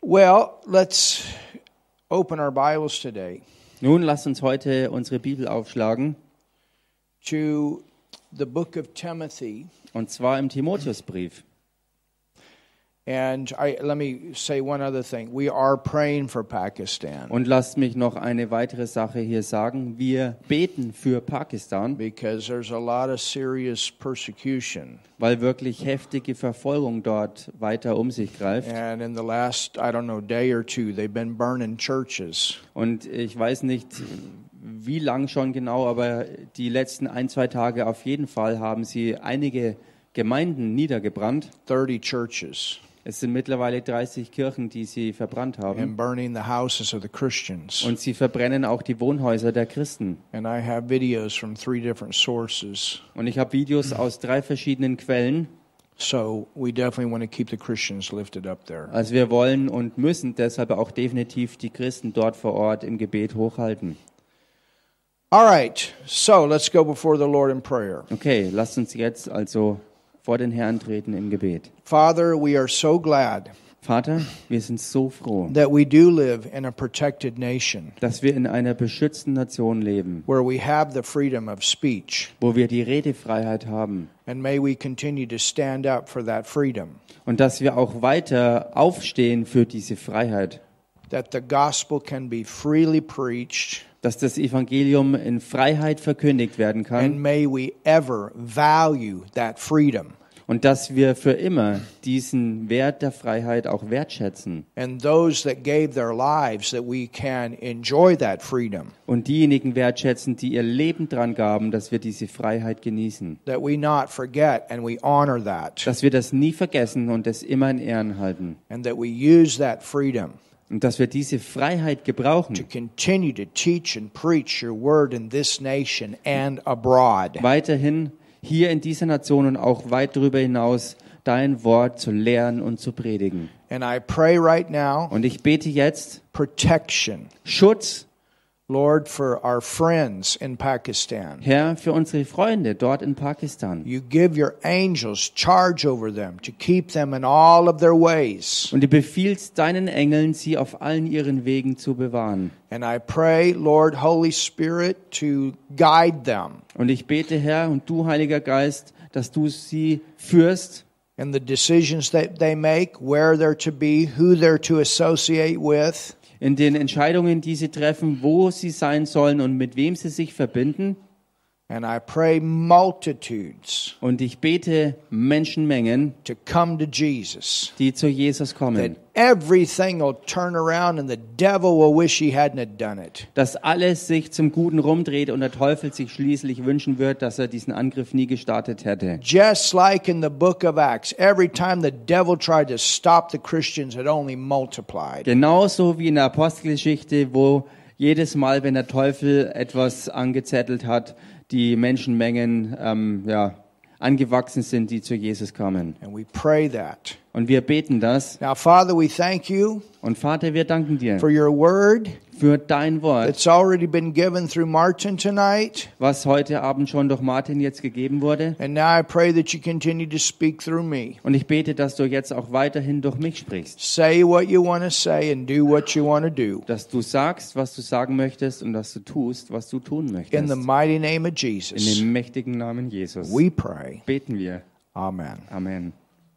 Well, let's open our Bibles today Nun lasst uns heute unsere Bibel aufschlagen, to the book of Timothy. und zwar im Timotheusbrief. And let me say one other thing. We are praying for Pakistan Und lasst mich noch eine weitere Sache hier sagen. Wir beten für Pakistan, because there's a lot of serious persecution. weil wirklich heftige Verfolgung dort weiter um sich greift. And in the last, day or two, they've been burning churches. Und ich weiß nicht, wie lang schon genau, aber die letzten 1-2 Tage auf jeden Fall haben sie einige Gemeinden niedergebrannt. 30 churches. Es sind mittlerweile 30 Kirchen, die sie verbrannt haben. And burning the houses of the Christians. Und sie verbrennen auch die Wohnhäuser der Christen. And I have videos from 3 different sources. Und ich habe Videos aus 3 verschiedenen Quellen. So we definitely want to keep the Christians lifted up there. Also wir wollen und müssen deshalb auch definitiv die Christen dort vor Ort im Gebet hochhalten. All right, so let's go before the Lord in prayer. Okay, lasst uns jetzt also vor den Herrn treten im Gebet. Father, we are so glad Vater, wir sind so froh, that we do live in a protected nation dass wir in einer beschützten Nation leben, where we have the freedom of speech. wo wir die Redefreiheit haben And may we continue to stand up for that freedom, und dass wir auch weiter aufstehen für diese Freiheit, that the gospel can be freely preached, dass das Evangelium in Freiheit verkündigt werden kann and may we ever value that freedom. und dass wir für immer diesen Wert der Freiheit auch wertschätzen. And those that gave their lives, that we can enjoy that freedom, Und diejenigen wertschätzen, die ihr Leben dran gaben, dass wir diese Freiheit genießen. that we not forget and we honor that, Dass wir das nie vergessen und das immer in Ehren halten. and that we use that freedom Und dass wir diese Freiheit to gebrauchen, continue to teach and preach your word in this nation and abroad. weiterhin hier in dieser Nation und auch weit darüber hinaus dein Wort zu lehren und zu predigen. And I pray right now, Und ich bete jetzt protection, Schutz, Lord, for our friends in Pakistan. Herr, für unsere Freunde dort in Pakistan. You give your angels charge over them to keep them in all of their ways. Und du befiehlst deinen Engeln, sie auf allen ihren Wegen zu bewahren. And I pray, Lord, Holy Spirit, to guide them Und ich bete, Herr, und du, Heiliger Geist, dass du sie führst in the decisions that they make, where they're to be, who they're to associate with. in den Entscheidungen, die sie treffen, wo sie sein sollen und mit wem sie sich verbinden. And I pray multitudes Und ich bete Menschenmengen, to come to Jesus. die zu Jesus That kommen. everything will turn around and the devil will wish he hadn't have done it. Dass alles sich zum Guten rumdreht und der Teufel sich schließlich wünschen wird, dass er diesen Angriff nie gestartet hätte. Just like in the book of Acts, every time the devil tried to stop the Christians, it only multiplied. Genauso wie in der Apostelgeschichte, wo jedes Mal, wenn der Teufel etwas angezettelt hat, die Menschenmengen angewachsen sind, die zu Jesus kamen. And we pray that. Und wir beten das. Now, Father, we thank you Und Vater, wir danken dir for your word für dein Wort, that's already been given through Martin tonight. was heute Abend schon durch Martin jetzt gegeben wurde. And now I pray that you continue to speak through me. Und ich bete, dass du jetzt auch weiterhin durch mich sprichst. Say what you want to say and do what you want to do. Dass du sagst, was du sagen möchtest und dass du tust, was du tun In möchtest. the mighty name of In Jesus, dem mächtigen Namen Jesus we pray. beten wir. Amen. Amen.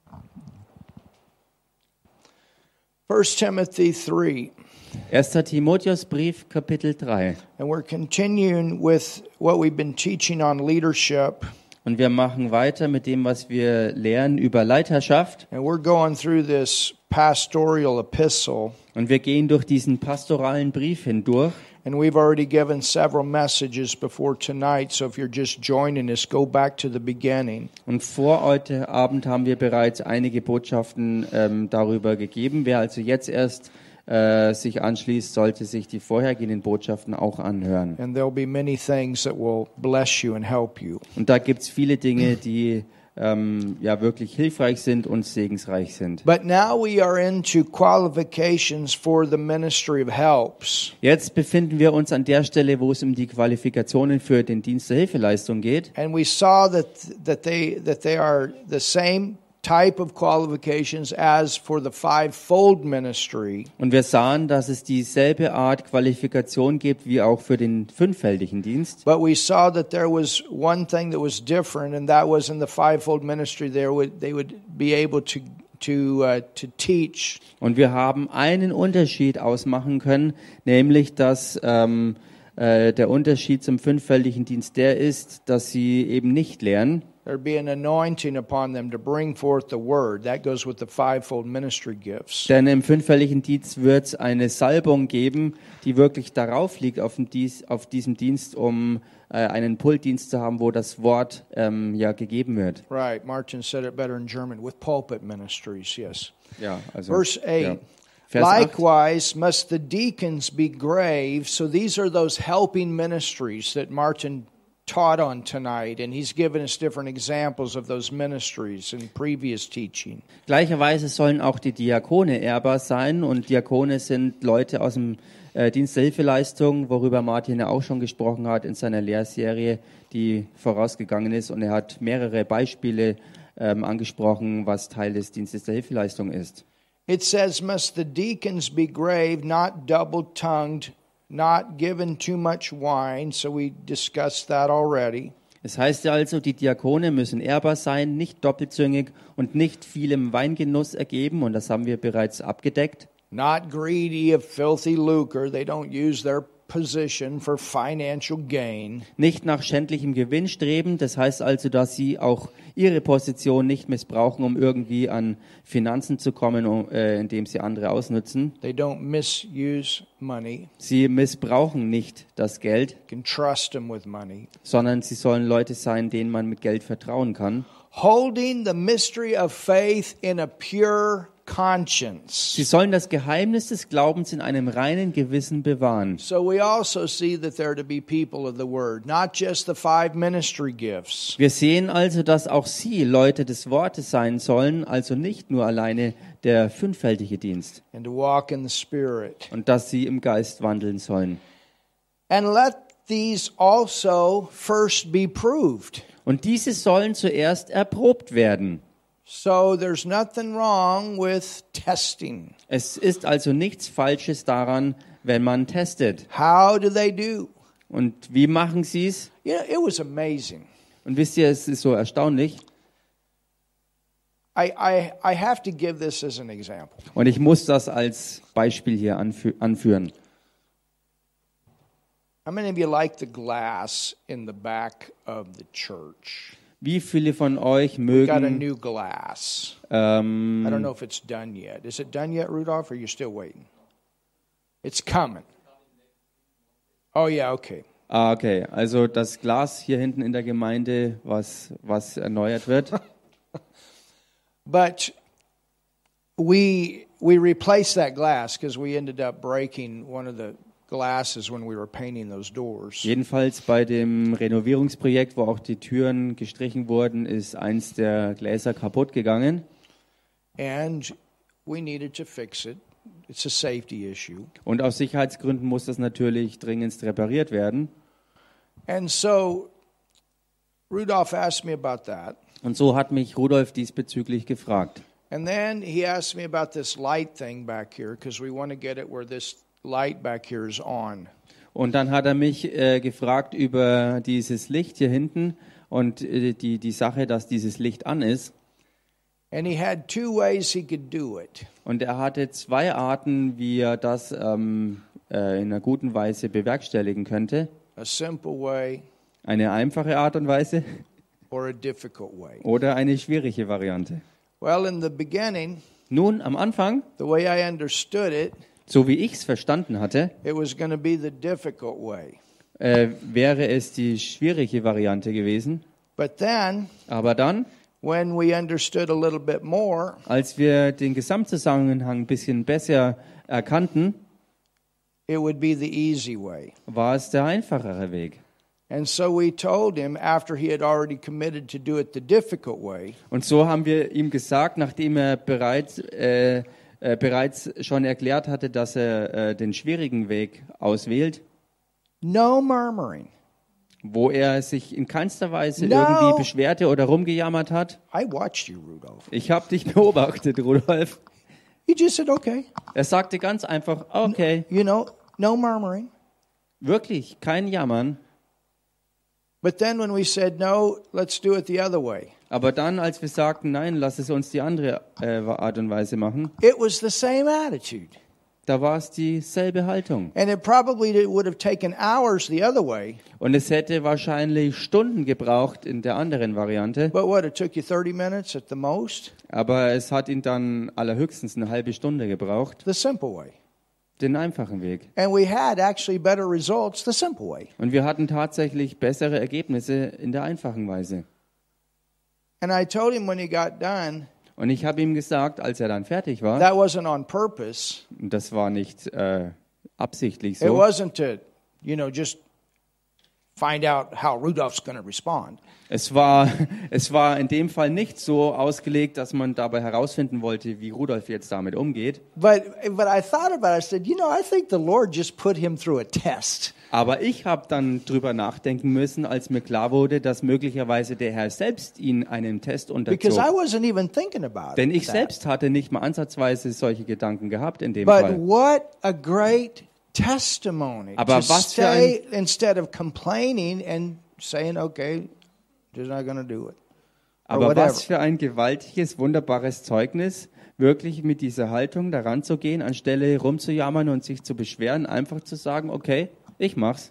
1 Timothy 3. 1. Timotheusbrief, Kapitel 3. And we're continuing with what we've been teaching on leadership. Und wir machen weiter mit dem, was wir lernen über Leiterschaft. And we're going through this pastoral epistle. Und wir gehen durch diesen pastoralen Brief hindurch. And we've already given several messages before tonight. So if you're just joining us, go back to the beginning. Und vor heute Abend haben wir bereits einige Botschaften darüber gegeben. Wer also jetzt erst sich anschließt, sollte sich die vorhergehenden Botschaften auch anhören. And there'll be many things that will bless you and help you. Und da gibt es viele Dinge, die wirklich hilfreich sind und segensreich sind. But now we are into qualifications for the ministry of helps. Jetzt befinden wir uns an der Stelle, wo es um die Qualifikationen für den Dienst der Hilfeleistung geht. And we saw that they are the same type of qualifications as for the fivefold ministry. Und wir sahen, dass es dieselbe Art Qualifikation gibt wie auch für den fünffältigen Dienst. But we saw that there was one thing that was different, and that was in the fivefold ministry. They would be able to teach. Und wir haben einen Unterschied ausmachen können, nämlich dass der Unterschied zum fünffältigen Dienst der ist, dass sie eben nicht lehren. There'd be an anointing upon them to bring forth the word. That goes with the fivefold ministry gifts. Denn im fünffälligen Dienst wird es eine Salbung geben, die wirklich darauf liegt, auf diesem Dienst, um einen Pultdienst zu haben, wo das Wort gegeben wird. Right. Martin said it better in German. With pulpit ministries, yes. Ja, also, Verse 8. ja. Vers 8. Likewise must the deacons be grave. So these are those helping ministries that Martin taught on tonight, and he's given us different examples of those ministries in previous teaching. Gleicherweise sollen auch die Diakone ehrbar sein, und Diakone sind Leute aus dem Dienst der Hilfeleistung, worüber Martin ja auch schon gesprochen hat in seiner Lehrserie, die vorausgegangen ist, und er hat mehrere Beispiele angesprochen, was Teil des Dienstes der Hilfeleistung ist. It says, must the deacons be grave, not double-tongued, not given too much wine. So we discussed that already. Es heißt ja also, die Diakone müssen ehrbar sein, nicht doppelzüngig und nicht vielem Weingenuss ergeben, und das haben wir bereits abgedeckt. Not greedy of filthy lucre. They don't use their position for financial gain. Nicht nach schändlichem Gewinn streben, das heißt also, dass sie auch ihre Position nicht missbrauchen, um irgendwie an Finanzen zu kommen, indem sie andere ausnutzen. They don't misuse money. Sie missbrauchen nicht das Geld, You can trust them with money. sondern sie sollen Leute sein, denen man mit Geld vertrauen kann. Holding the mystery of faith in a pure conscience. Sie sollen das Geheimnis des Glaubens in einem reinen Gewissen bewahren. So we also see that there are to be people of the word, not just the five ministry gifts. Wir sehen also, dass auch sie Leute des Wortes sein sollen, also nicht nur alleine der fünffältige Dienst, And to walk in the Spirit. und dass sie im Geist wandeln sollen. And let these also first be proved. Und diese sollen zuerst erprobt werden. So there's nothing wrong with testing. Es ist also nichts Falsches daran, wenn man testet. How do they do? Und wie machen sie es? You know, it was amazing. Und wisst ihr, es ist so erstaunlich. I have to give this as an example. Und ich muss das als Beispiel hier anführen. How many of you like the glass in the back of the church? Wie viele von euch We got a mögen new glass. I don't know if it's done yet. Is it done yet, Rudolph, or are you still waiting? It's coming. Oh, yeah, okay. okay, also das Glas hier hinten in der Gemeinde, was erneuert wird. But we replaced that glass because we ended up breaking one of the glasses when we were painting those doors. Jedenfalls bei dem Renovierungsprojekt, wo auch die Türen gestrichen wurden, ist eins der Gläser kaputt gegangen. And we needed to fix it. It's a safety issue. Und aus Sicherheitsgründen muss das natürlich dringendst repariert werden. And so Rudolph asked me about that. Und so hat mich Rudolf diesbezüglich gefragt. And then he asked me about this light thing back here because we want to get it where this light back here is on. Und dann hat er mich gefragt über dieses Licht hier hinten und die Sache, dass dieses Licht an ist. And he had two ways he could do it. Und er hatte zwei Arten, wie er das in einer guten Weise bewerkstelligen könnte. A simple way Eine einfache Art und Weise or a difficult way. oder eine schwierige Variante. Well, in the beginning, Nun, am Anfang, the way I understood it, so wie ich es verstanden hatte, it was going to be the difficult way. wäre es die schwierige Variante gewesen. But then, Aber dann, when we understood a little bit more, als wir den Gesamtzusammenhang ein bisschen besser erkannten, it would be the easy way. war es der einfachere Weg. And so we told him, after he had already committed to do it the difficult way, Und so haben wir ihm gesagt, nachdem er bereits schon erklärt hatte, dass er den schwierigen Weg auswählt, no murmuring. wo er sich in keinster Weise No. irgendwie beschwerte oder rumgejammert hat. I watched you, Rudolph. Ich habe dich beobachtet, Rudolf. He just said, okay. Er sagte ganz einfach, okay, You know, no murmuring. wirklich, kein Jammern. But then when we said, no, let's do it the other way, Aber dann, als wir sagten, nein, lass es uns die andere Art und Weise machen, it was the same attitude. da war es dieselbe Haltung. And it probably would have taken hours the other way. Und es hätte wahrscheinlich Stunden gebraucht in der anderen Variante, But what, it took you 30 minutes at the most? aber es hat ihn dann allerhöchstens eine halbe Stunde gebraucht, The simple way. den einfachen Weg. And we had actually better results the simple way. Und wir hatten tatsächlich bessere Ergebnisse in der einfachen Weise. And I told him when he got done, Und ich habe ihm gesagt, als er dann fertig war, that wasn't on purpose. und das war nicht absichtlich It so, wasn't to, just find out how Rudolph's going to respond. es war in dem Fall nicht so ausgelegt, dass man dabei herausfinden wollte, wie Rudolf jetzt damit umgeht. But I thought about it. I said, I think the Lord just put him through a test. Aber ich habe dann drüber nachdenken müssen, als mir klar wurde, dass möglicherweise der Herr selbst ihn einem Test Because I unterzog. wasn't even thinking about Denn ich that. selbst hatte nicht mal ansatzweise solche Gedanken gehabt in dem But Fall. what a great testimony Aber to was für stay instead of complaining and saying, okay, just not going to do it. Or Aber whatever. was für ein gewaltiges, wunderbares Zeugnis, wirklich mit dieser Haltung daran zu gehen, anstelle rumzujammern und sich zu beschweren, einfach zu sagen, okay, ich mach's.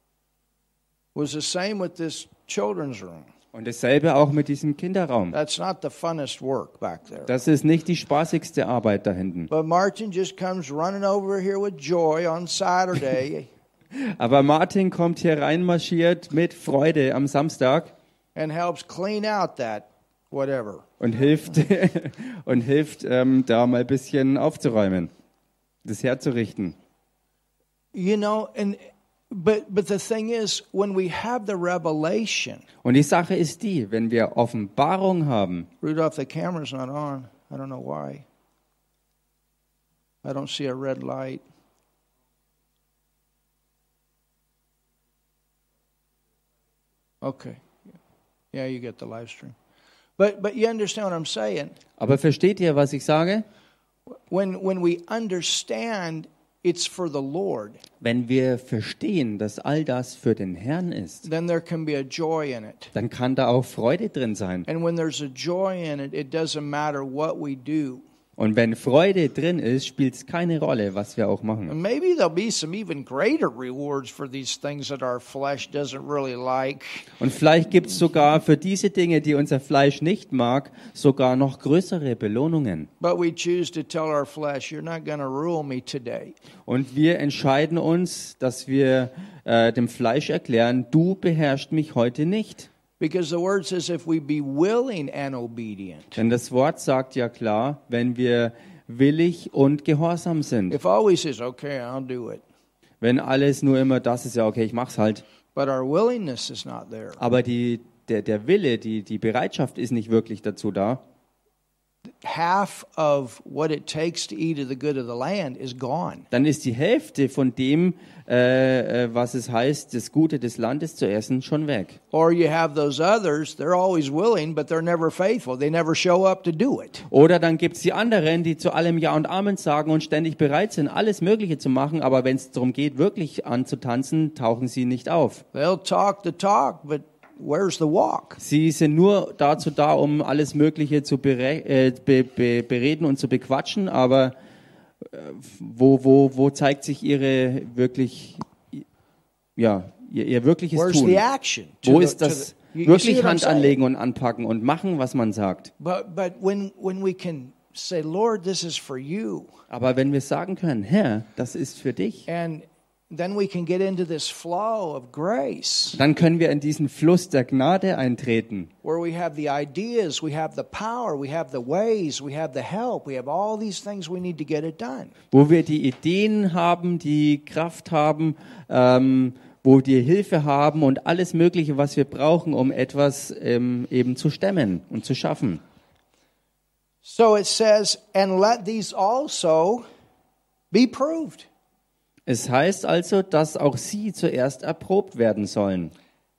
Was the same with this children's room. Und dasselbe auch mit diesem Kinderraum. That's not the funnest work back there. Das ist nicht die spaßigste Arbeit da hinten. But Martin just comes running over here with joy on Saturday Aber Martin kommt hier reinmarschiert mit Freude am Samstag and helps clean out that whatever. und hilft, da mal ein bisschen aufzuräumen, das herzurichten. But the thing is, when we have the revelation, Und die Sache ist die, wenn wir Offenbarung haben, Rudolph, the camera's not on. I don't know why. I don't see a red light. Okay. Yeah, you get the live stream. But you understand what I'm saying? aber versteht ihr, was ich sage? When we understand it's for the Lord, Wenn wir verstehen, dass all das für den Herrn ist, then there can be a joy in it. dann kann da auch Freude drin sein. And when there's a joy in it, it doesn't matter what we do. Und wenn Freude drin ist, spielt es keine Rolle, was wir auch machen. And maybe there'll be some even greater rewards for these things that our flesh doesn't really like. Und vielleicht gibt es sogar für diese Dinge, die unser Fleisch nicht mag, sogar noch größere Belohnungen. But we choose to tell our flesh, you're not going to rule me today. Und wir entscheiden uns, dass wir dem Fleisch erklären, du beherrschst mich heute nicht. Because the word says if we be willing and obedient. Denn das Wort sagt ja klar, wenn wir willig und gehorsam sind. If always says, okay, I'll do it. Wenn alles nur immer das ist, ja okay, ich mach's halt. But our willingness is not there. Aber der Wille, die Bereitschaft ist nicht wirklich dazu da. Half of what it takes to eat of the good of the land is gone. Dann ist die Hälfte von dem, was es heißt, das Gute des Landes zu essen, schon weg. Or you have those others, they're always willing, but they're never faithful. They never show up to do it. Oder dann gibt's die anderen, die zu allem Ja und Amen sagen und ständig bereit sind, alles Mögliche zu machen, aber wenn es darum geht, wirklich anzutanzen, tauchen sie nicht auf. They'll talk the talk, but where's the walk? Sie sind nur dazu da, um alles Mögliche zu bereden und zu bequatschen, aber wo zeigt sich ihre wirklich, ihr wirkliches Where's Tun? the action? Wo ist das you see wirklich what I'm Hand saying? anlegen und anpacken und machen, was man sagt? But when we can say, Lord, this is for you, Aber wenn wir sagen können, Herr, das ist für dich, and then we can get into this flow of grace dann können wir in diesen Fluss der Gnade eintreten, where we have the ideas, we have the power, we have the ways, we have the help, we have all these things we need to get it done. wo wir die Ideen haben, die Kraft haben, wo wir Hilfe haben und alles Mögliche, was wir brauchen, um etwas eben zu stemmen und zu schaffen. So it says, and let these also be proved. Es heißt also, dass auch sie zuerst erprobt werden sollen.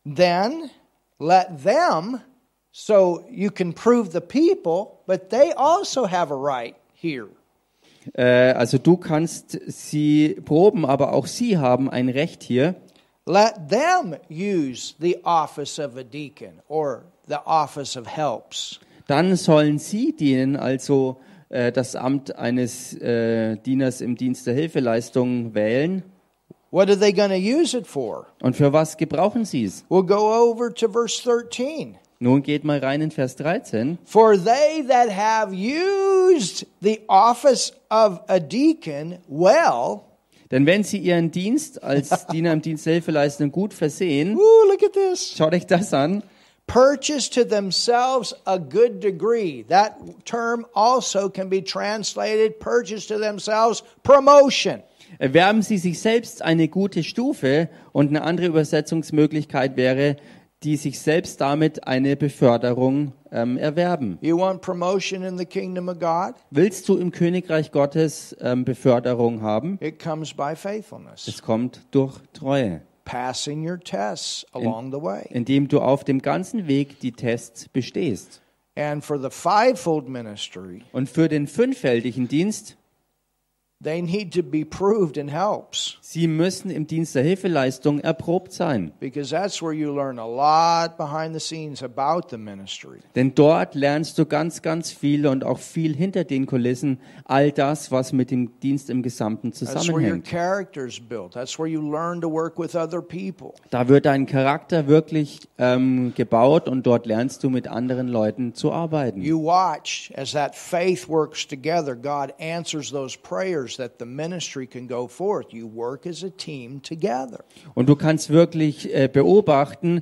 then let them, so you can prove the people, but they also have a right here. Also du kannst sie proben, aber auch sie haben ein Recht hier. Let them use the office of a deacon or the office of helps. Dann sollen sie dienen, also das Amt eines Dieners im Dienst der Hilfeleistung wählen. What are they going to use it for? Und für was gebrauchen sie es? We'll go over to verse 13. Nun geht mal rein in Vers 13. For they that have used the office of a deacon well, Denn wenn sie ihren Dienst als Diener im Dienst der Hilfeleistung gut versehen, look at this. schaut euch das an, Purchase to themselves a good degree. That term also can be translated purchase to themselves promotion. erwerben sie sich selbst eine gute Stufe, und eine andere Übersetzungsmöglichkeit wäre, die sich selbst damit eine Beförderung erwerben. You want promotion in the kingdom of God? Willst du im Königreich Gottes Beförderung haben? It comes by faithfulness. Es kommt durch Treue, Passing your tests along the way. indem du auf dem ganzen Weg die Tests bestehst. And for the fivefold ministry, Und für den fünffältigen Dienst, they need to be proved in helps, sie müssen im Dienst der Hilfeleistung erprobt sein. because that's where you learn a lot behind the scenes about the ministry. Denn dort lernst du ganz, ganz viel und auch viel hinter den Kulissen, all das, was mit dem Dienst im Gesamten That's where your zusammenhängt. character's built. That's where you learn to work with other people. Da wird dein Charakter wirklich gebaut, und dort lernst du mit anderen Leuten zu arbeiten. You watch as that faith works together. God answers those prayers that the ministry can go forth. You work as a team together. Und du kannst wirklich beobachten,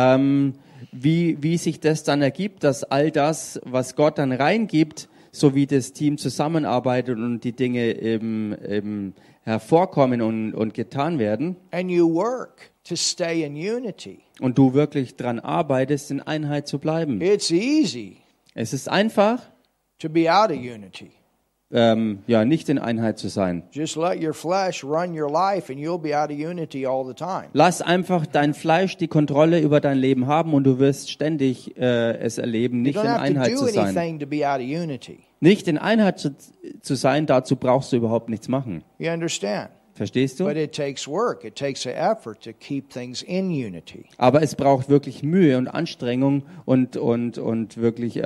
wie sich das dann ergibt, dass all das, was Gott dann reingibt, so wie das Team zusammenarbeitet und die Dinge eben hervorkommen und getan werden. And you work to stay in unity. Und du wirklich dran arbeitest, in Einheit zu bleiben. It's easy Es ist einfach, to be out of unity. nicht in Einheit zu sein. Just let your flesh run your life and you'll be out of unity all the time. Lass einfach dein Fleisch die Kontrolle über dein Leben haben, und du wirst ständig es erleben, You nicht don't in have Einheit to zu do sein. anything to be out of unity. Nicht in Einheit zu sein, dazu brauchst du überhaupt nichts machen. You understand? Verstehst du? But it takes work. It takes an effort to keep things in unity. Aber es braucht wirklich Mühe und Anstrengung und wirklich,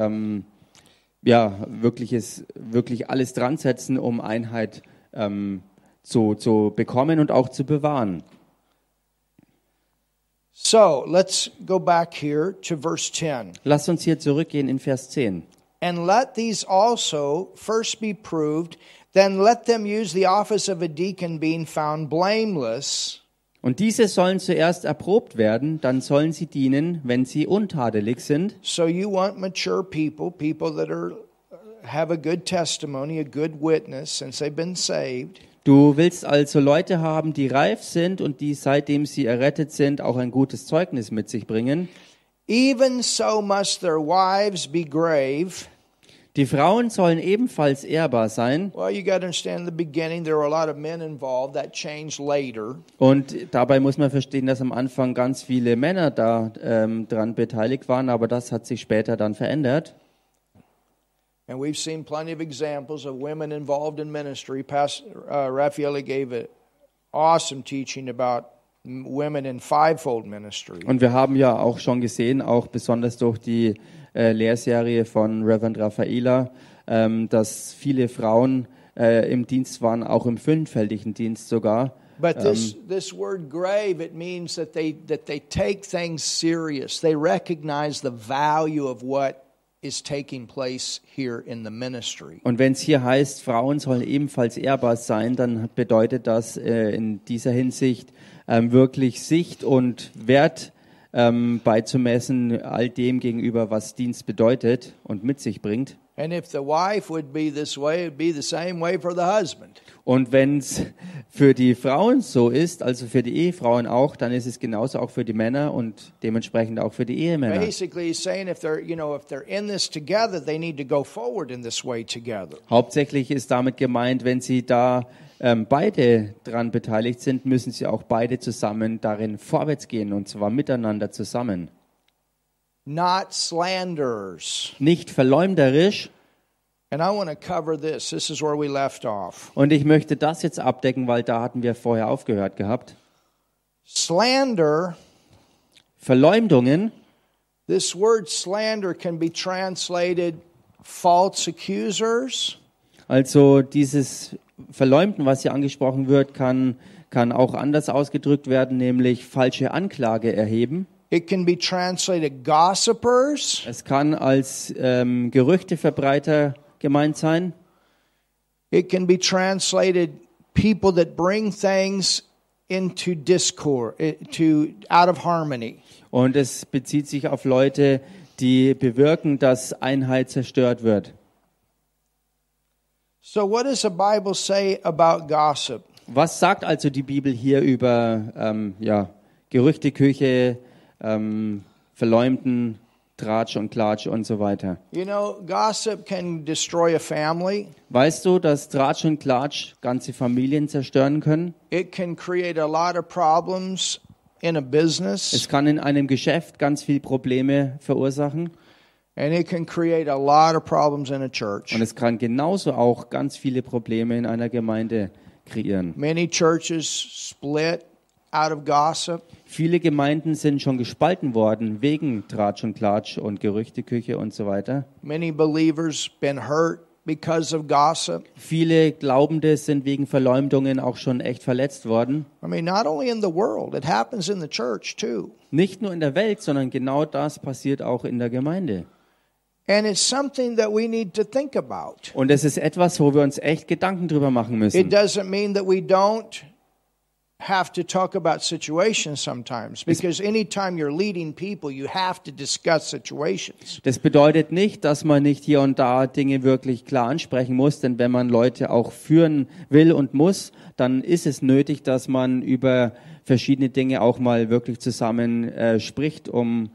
wirklich alles dran setzen, um Einheit zu bekommen und auch zu bewahren. So let's go back here to verse 10. Lass uns hier zurückgehen in Vers 10. And let these also first be proved, then let them use the office of a deacon, being found blameless. Und diese sollen zuerst erprobt werden, dann sollen sie dienen, wenn sie untadelig sind. So you want mature people, people that have a good testimony, a good witness, since they've been saved. Du willst also Leute haben, die reif sind und die, seitdem sie errettet sind, auch ein gutes Zeugnis mit sich bringen. Even so must their wives be grave. Die Frauen sollen ebenfalls ehrbar sein. Well, you got to understand in the beginning there were a lot of men involved. That changed later. Und dabei muss man verstehen, dass am Anfang ganz viele Männer da dran beteiligt waren, aber das hat sich später dann verändert. And we've seen plenty of examples of women involved in ministry. Pastor Raffaele gave an awesome teaching about women in fivefold ministry. Und wir haben ja auch schon gesehen, auch besonders durch die Lehrserie von Reverend Raffaela, dass viele Frauen im Dienst waren, auch im fünffältigen Dienst sogar. But this word grave, it means that they take things serious. They recognize the value of what is taking place here in the ministry. Und wenn es hier heißt, Frauen sollen ebenfalls ehrbar sein, dann bedeutet das in dieser Hinsicht wirklich Sicht und Wert beizumessen all dem gegenüber, was Dienst bedeutet und mit sich bringt. And if the wife would be this way, it'd be the same way for the husband. Und wenn es für die Frauen so ist, also für die Ehefrauen auch, dann ist es genauso auch für die Männer und dementsprechend auch für die Ehemänner. Basically, he's saying if they're in this together, they need to go forward in this way together. Hauptsächlich ist damit gemeint, wenn sie da beide daran beteiligt sind, müssen sie auch beide zusammen darin vorwärts gehen, und zwar miteinander zusammen. Not slanderers. Nicht verleumderisch. And I want to cover this. This is where we left off. Und ich möchte das jetzt abdecken, weil da hatten wir vorher aufgehört gehabt. Slander, Verleumdungen, this word slander can be translated false accusers. also dieses Verleumden, was hier angesprochen wird, kann auch anders ausgedrückt werden, nämlich falsche Anklage erheben. It can be translated gossipers. Es kann als Gerüchteverbreiter gemeint sein. It can be translated people that bring things into discord, out of harmony. Und es bezieht sich auf Leute, die bewirken, dass Einheit zerstört wird. So what does the Bible say about gossip? Was sagt also die Bibel hier über Gerüchteküche, Verleumden, Tratsch und Klatsch und so weiter? You know, gossip can destroy a family. Weißt du, dass Tratsch und Klatsch ganze Familien zerstören können? It can create a lot of problems in a business. Es kann in einem Geschäft ganz viele Probleme verursachen. And it can create a lot of problems in a church. Und es kann genauso auch ganz viele Probleme in einer Gemeinde kreieren. Many churches split out of gossip. Viele Gemeinden sind schon gespalten worden wegen Tratsch und Klatsch und Gerüchteküche und so weiter. Many believers been hurt because of gossip. Viele Glaubende sind wegen Verleumdungen auch schon echt verletzt worden. I mean, not only in the world, it happens in the church too. Nicht nur in der Welt, sondern genau das passiert auch in der Gemeinde. And it's something that we need to think about. Und es ist etwas, wo wir uns echt Gedanken drüber machen It müssen. doesn't mean that we don't have to talk about situations sometimes, because anytime you're leading people, you have to discuss situations. Das bedeutet nicht, dass man nicht hier und da Dinge wirklich klar ansprechen muss, denn wenn man Leute auch führen will und muss, dann ist es nötig, dass man über verschiedene Dinge auch mal wirklich zusammen spricht, um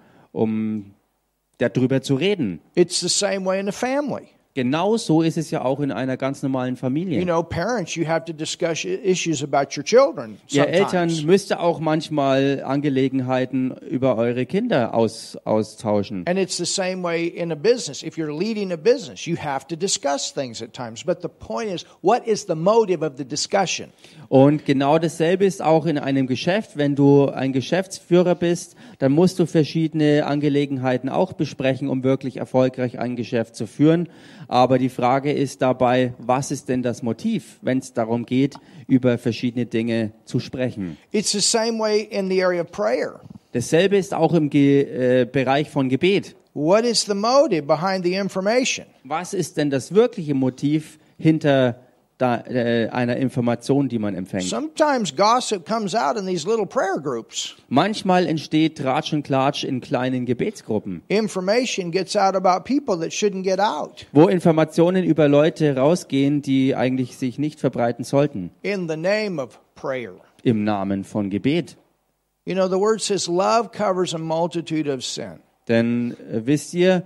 darüber zu reden. It's the same way in a family. Genau so ist es ja auch in einer ganz normalen Familie. You know, parents, you have to discuss issues about your children Ihr Eltern sometimes. müsst auch manchmal Angelegenheiten über eure Kinder austauschen. And it's the same way in a business. If you're leading a business, you have to discuss things at times. But the point is, what is the motive of the discussion? Und genau dasselbe ist auch in einem Geschäft. Wenn du ein Geschäftsführer bist, dann musst du verschiedene Angelegenheiten auch besprechen, um wirklich erfolgreich ein Geschäft zu führen. Aber die Frage ist dabei, was ist denn das Motiv, wenn es darum geht, über verschiedene Dinge zu sprechen? It's the same way in the area of prayer. Dasselbe ist auch im Bereich von Gebet. What is the motive behind the information? Was ist denn das wirkliche Motiv hinter einer Information, die man empfängt? Sometimes gossip comes out in these little prayer groups. Manchmal entsteht Tratsch und Klatsch in kleinen Gebetsgruppen, Information gets out about people that shouldn't get out wo Informationen über Leute rausgehen, die eigentlich sich nicht verbreiten sollten, in the name of prayer. im Namen von Gebet. You know, the word says love covers a multitude of sin. Denn wisst ihr,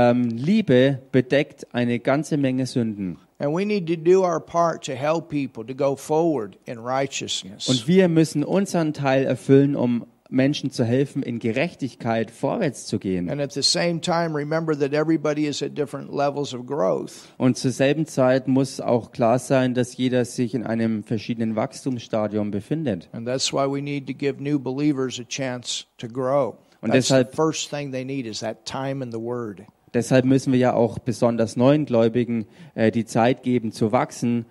Liebe bedeckt eine ganze Menge Sünden. And we need to do our part to help people to go forward in righteousness. Und wir müssen unseren Teil erfüllen, um Menschen zu helfen, in Gerechtigkeit vorwärts zu gehen. And at the same time, remember that everybody is at different levels of growth. Und zur selben Zeit muss auch klar sein, dass jeder sich in einem verschiedenen Wachstumsstadium befindet. And that's why we need to give new believers a chance to grow. Und That's deshalb- the first thing they need is that time in the Word. Deshalb müssen wir ja auch besonders neuen Gläubigen die Zeit geben zu wachsen.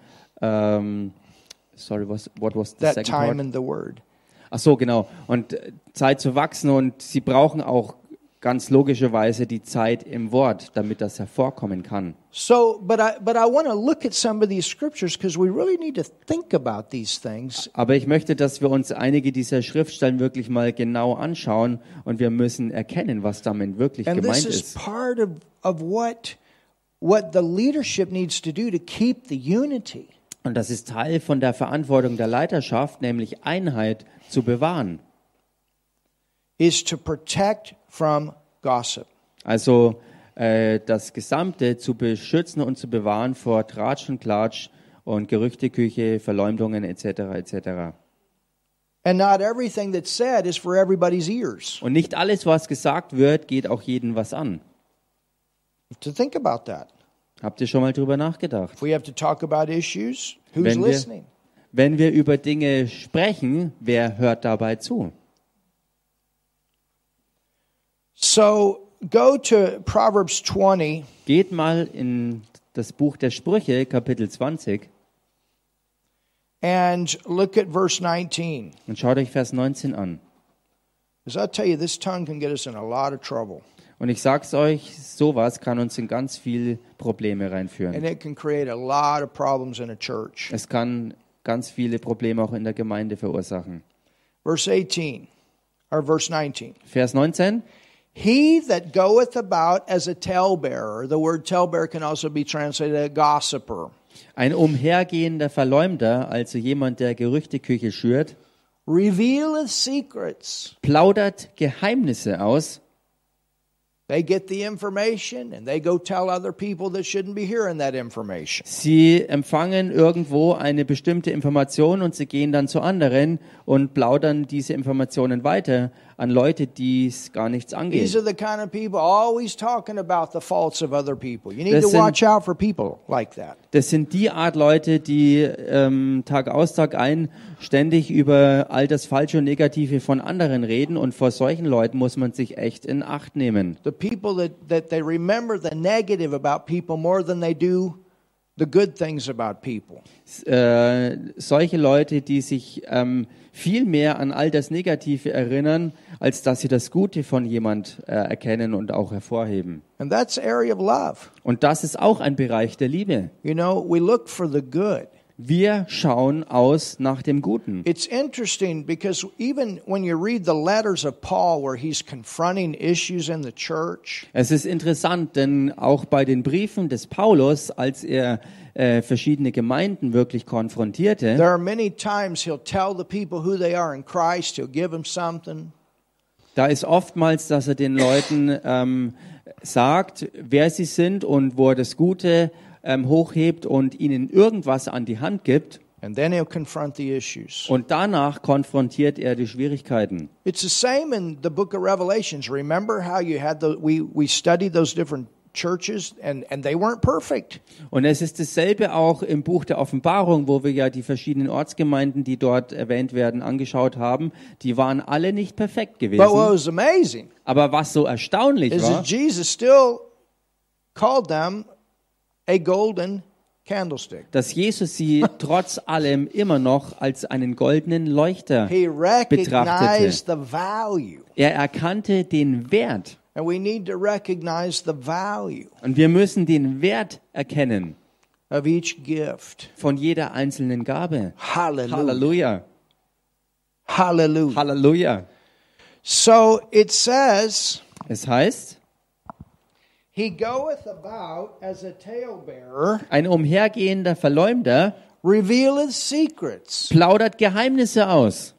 What was the That second time part? in the Word. Ach so, genau. Und Zeit zu wachsen, und sie brauchen auch ganz logischerweise die Zeit im Wort, damit das hervorkommen kann. So, but I want to look at some of these scriptures because we really need to think about these things. Aber ich möchte, dass wir uns einige dieser Schriftstellen wirklich mal genau anschauen, und wir müssen erkennen, was damit wirklich And gemeint this is ist. part of what the leadership needs to do to keep the unity. Und das ist Teil von der Verantwortung der Leiterschaft, nämlich Einheit zu bewahren. Is to protect from gossip. Also das Gesamte zu beschützen und zu bewahren vor Tratsch und Klatsch und Gerüchteküche, Verleumdungen etc. etc. And not everything that's said is for everybody's ears. Und nicht alles, was gesagt wird, geht auch jedem was an. To think about that. Habt ihr schon mal drüber nachgedacht? If we have to talk about issues, who's Wenn wir- listening? Wenn wir über Dinge sprechen, wer hört dabei zu? So go to Proverbs 20 Geht mal in das Buch der Sprüche, Kapitel 20, and look at verse 19. und schaut euch Vers 19 an. Because I tell you, this tongue can get us in a lot of trouble. Und ich sag's euch, sowas kann uns in ganz viele Probleme And reinführen. it can create a lot of problems in a church. Es kann ganz viele Probleme auch in der Gemeinde verursachen. Verse 18, or verse 19. Vers 19. He that goeth about as a talebearer, the word talebearer can also be translated a gossiper, Ein umhergehender Verleumder, also jemand, der Gerüchteküche schürt, revealeth secrets. plaudert Geheimnisse aus. They get the information and they go tell other people that shouldn't be hearing that information. Sie empfangen irgendwo eine bestimmte Information und sie gehen dann zu anderen und plaudern diese Informationen weiter an Leute, die es gar nichts These angeht. are the kind of people always talking about the faults of other people. You need Das to sind- watch out for people like that. Das sind die Art Leute, die Tag aus, Tag ein ständig über all das Falsche und Negative von anderen reden, und vor solchen Leuten muss man sich echt in Acht nehmen. The people that they remember the negative about people more than they do the good things about people. Solche Leute, die sich viel mehr an all das Negative erinnern, als dass sie das Gute von jemand erkennen und auch hervorheben. And that's the area of love. Und das ist auch ein Bereich der Liebe. You know, we look for the good. Wir schauen aus nach dem Guten. It's interesting because even when you read the letters of Paul where he's confronting issues in the church, Es ist interessant, denn auch bei den Briefen des Paulus, als er verschiedene Gemeinden wirklich konfrontierte, there are many times he'll tell the people who they are in Christ, he'll give them something. da ist oftmals, dass er den Leuten sagt, wer sie sind und wo er das Gute hochhebt und ihnen irgendwas an die Hand gibt. And then he'll confront the issues. Und danach konfrontiert er die Schwierigkeiten. It's the same in the book of Revelations. Remember how you had we studied those different churches and they weren't perfect. Und es ist dasselbe auch im Buch der Offenbarung, wo wir ja die verschiedenen Ortsgemeinden, die dort erwähnt werden, angeschaut haben. Die waren alle nicht perfekt But what gewesen. was amazing Aber was so erstaunlich is war, that Jesus still called them a golden candlestick. dass Jesus sie trotz allem immer noch als einen goldenen Leuchter He recognized betrachtete. the value. Er erkannte den Wert. And we need to recognize the value Und wir müssen den Wert erkennen of each gift. von jeder einzelnen Gabe. Hallelujah. Halleluja. Hallelujah. Halleluja. So it says, Es heißt, he goeth about as a talebearer, ein umhergehender Verleumder revealeth secrets. plaudert Geheimnisse aus.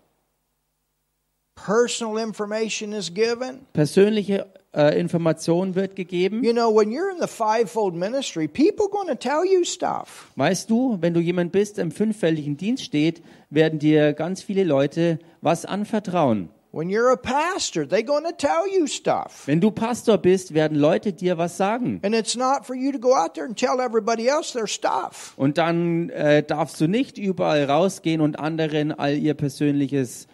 Personal information is given. Persönliche Information wird gegeben. You know, when you're in the fivefold ministry, people going to tell you stuff. Weißt du, wenn du jemand bist, der im fünffältigen Dienst steht, werden dir ganz viele Leute was anvertrauen. When you're a pastor, they're going to tell you stuff. Wenn du Pastor bist, werden Leute dir was sagen. And it's not for you to go out there and tell everybody else their stuff. Und dann darfst du nicht überall rausgehen und anderen all ihr Persönliches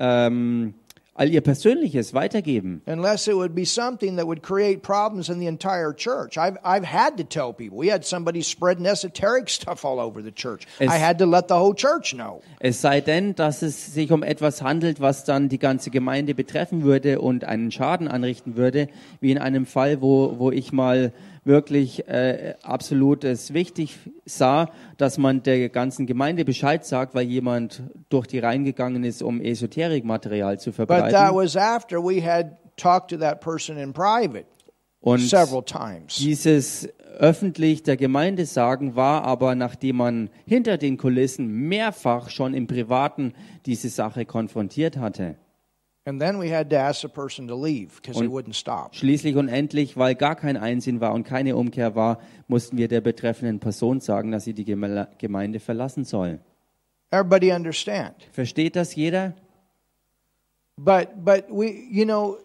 weitergeben. Unless it would be something that would create problems in the entire church. I've had to tell people. We had somebody spreading esoteric stuff all over the church. Es- I had to let the whole church know. Es sei denn, dass es sich um etwas handelt, was dann die ganze Gemeinde betreffen würde und einen Schaden anrichten würde, wie in einem Fall, wo ich mal wirklich absolut es wichtig sah, dass man der ganzen Gemeinde Bescheid sagt, weil jemand durch die Reihen gegangen ist, um Esoterikmaterial zu But that verbreiten. was after we had talked to that person in private Und several times. dieses öffentlich der Gemeinde sagen war aber, nachdem man hinter den Kulissen mehrfach schon im Privaten diese Sache konfrontiert hatte. And then we had to ask the person to leave because they wouldn't stop. Schließlich und endlich, weil gar kein Einsinn war und keine Umkehr war, mussten wir der betreffenden Person sagen, dass sie die Gemeinde verlassen soll. Everybody understand? Versteht das jeder? But we, you know,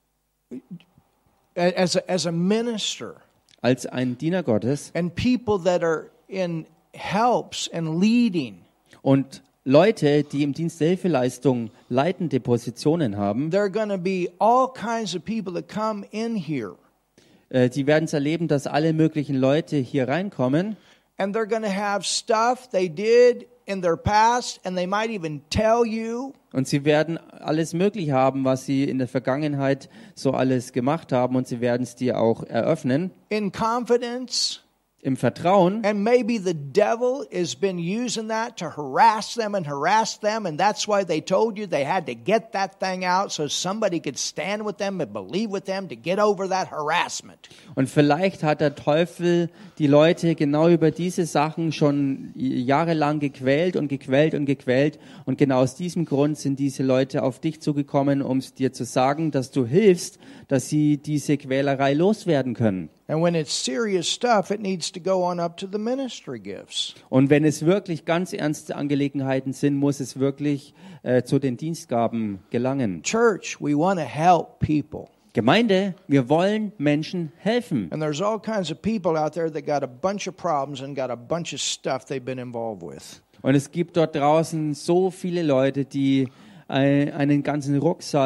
as a minister Als ein Diener Gottes and people that are in helps and leading, und Leute, die im Dienst der Hilfeleistung leitende Positionen haben, there are going to be all kinds of people that come in here, die werden es erleben, dass alle möglichen Leute hier reinkommen and they're going to have stuff they did in their past, and they might even tell you. und sie werden alles Mögliche haben, was sie in der Vergangenheit so alles gemacht haben, und sie werden es dir auch eröffnen In confidence, im Vertrauen. and maybe the devil has been using that to harass them, and that's why they told you they had to get that thing out so somebody could stand with them and believe with them to get over that harassment. Und vielleicht hat der Teufel die Leute genau über diese Sachen schon jahrelang gequält und gequält und gequält. Und genau aus diesem Grund sind diese Leute auf dich zugekommen, um es dir zu sagen, dass du hilfst, dass sie diese Quälerei loswerden können. And when it's serious stuff, it needs to go on up to the ministry gifts. Und wenn es wirklich ganz ernste Angelegenheiten sind, muss es wirklich zu den Dienstgaben gelangen. Church, we want to help people. Gemeinde, wir wollen Menschen helfen. And there's all kinds of people out there that got a bunch of problems and got a bunch of stuff they've been involved with. Und es gibt dort draußen so viele Leute, die einen ganzen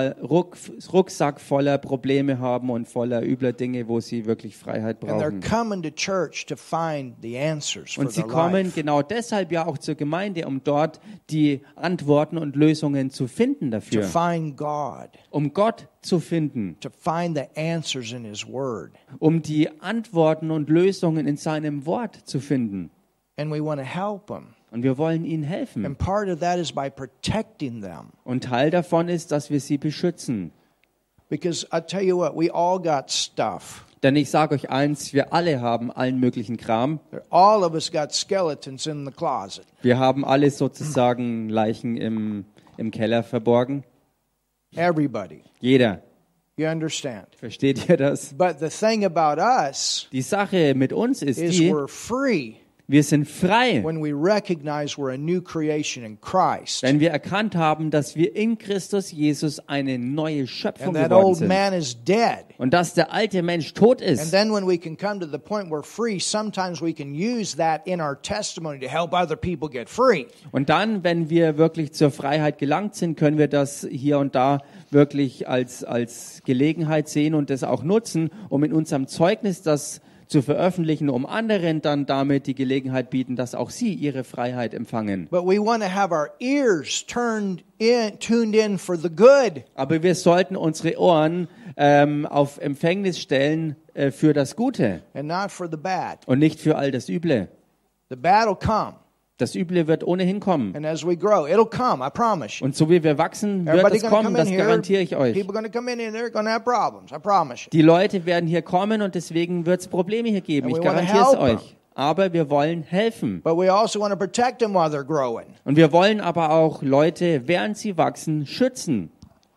Rucksack voller Probleme haben und voller übler Dinge, wo sie wirklich Freiheit And they're brauchen. coming to church to find the answers for Und sie their kommen life. genau deshalb ja auch zur Gemeinde, um dort die Antworten und Lösungen zu finden To dafür. find God, Um Gott zu finden, to find the answers in His Word. um die Antworten und Lösungen in seinem Wort zu finden. And we want to help them. Und wir wollen ihnen helfen. And part of that is by protecting them. Und Teil davon ist, dass wir sie beschützen. Because I tell you what, we all got stuff. Denn ich sage euch eins, wir alle haben allen möglichen Kram. All of us got skeletons in the closet. Wir haben alle sozusagen Leichen im Keller verborgen. Everybody. Jeder. You understand? Versteht ihr das? But the thing about us Die Sache mit uns ist is die, we're free wir sind frei, when we recognize we're a new creation in Christ. wenn wir erkannt haben, dass wir in Christus Jesus eine neue Schöpfung And that geworden old sind. man is dead. Und dass der alte Mensch tot And ist. then when we can come to the point we're free, sometimes we can use that in our testimony to help other people get free. Und dann, wenn wir wirklich zur Freiheit gelangt sind, können wir das hier und da wirklich als Gelegenheit sehen und das auch nutzen, um in unserem Zeugnis das zu veröffentlichen, um anderen dann damit die Gelegenheit bieten, dass auch sie ihre Freiheit empfangen. But we want to have our ears tuned in for the good. Aber wir sollten unsere Ohren auf Empfängnis stellen für das Gute And not for the bad. und nicht für all das Üble. The bad will come. Das Üble wird ohnehin kommen. And as we grow, it'll come, I promise you. Und so wie wir wachsen, wird Everybody's es going to kommen, come in das here. garantiere ich euch. People are going to come in here, they're going to have problems, I promise you. Die Leute werden hier kommen und deswegen wird es Probleme hier geben. And Ich we wanna garantiere es help euch. Aber wir wollen helfen. But we also want to protect them while they're growing. Und wir wollen aber auch Leute, während sie wachsen, schützen.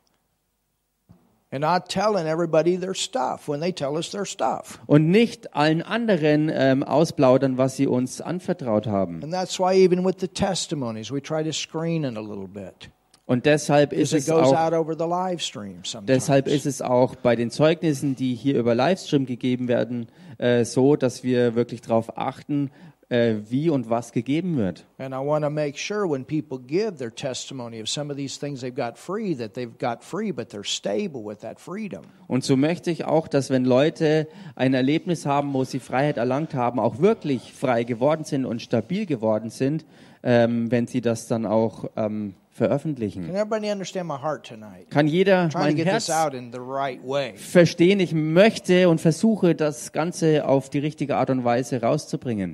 And not telling everybody their stuff when they tell us their stuff. Und nicht allen anderen ausplaudern, was sie uns anvertraut haben. And that's why even with the testimonies, we try to screen it a little bit. Und deshalb ist Because it es goes auch out over the live stream sometimes. Deshalb ist es auch bei den Zeugnissen, die hier über Livestream gegeben werden, so, dass wir wirklich darauf achten, wie und was gegeben wird. And I want to make sure when people give their testimony of some of these things they've got free, that they've got free, but they're stable with that freedom. Und so möchte ich auch, dass wenn Leute ein Erlebnis haben, wo sie Freiheit erlangt haben, auch wirklich frei geworden sind und stabil geworden sind, wenn sie das dann auch veröffentlichen. Can everybody understand my heart tonight? Kann jeder Trying to mein get Herz this out in the right way. verstehen? Ich möchte und versuche, das Ganze auf die richtige Art und Weise rauszubringen.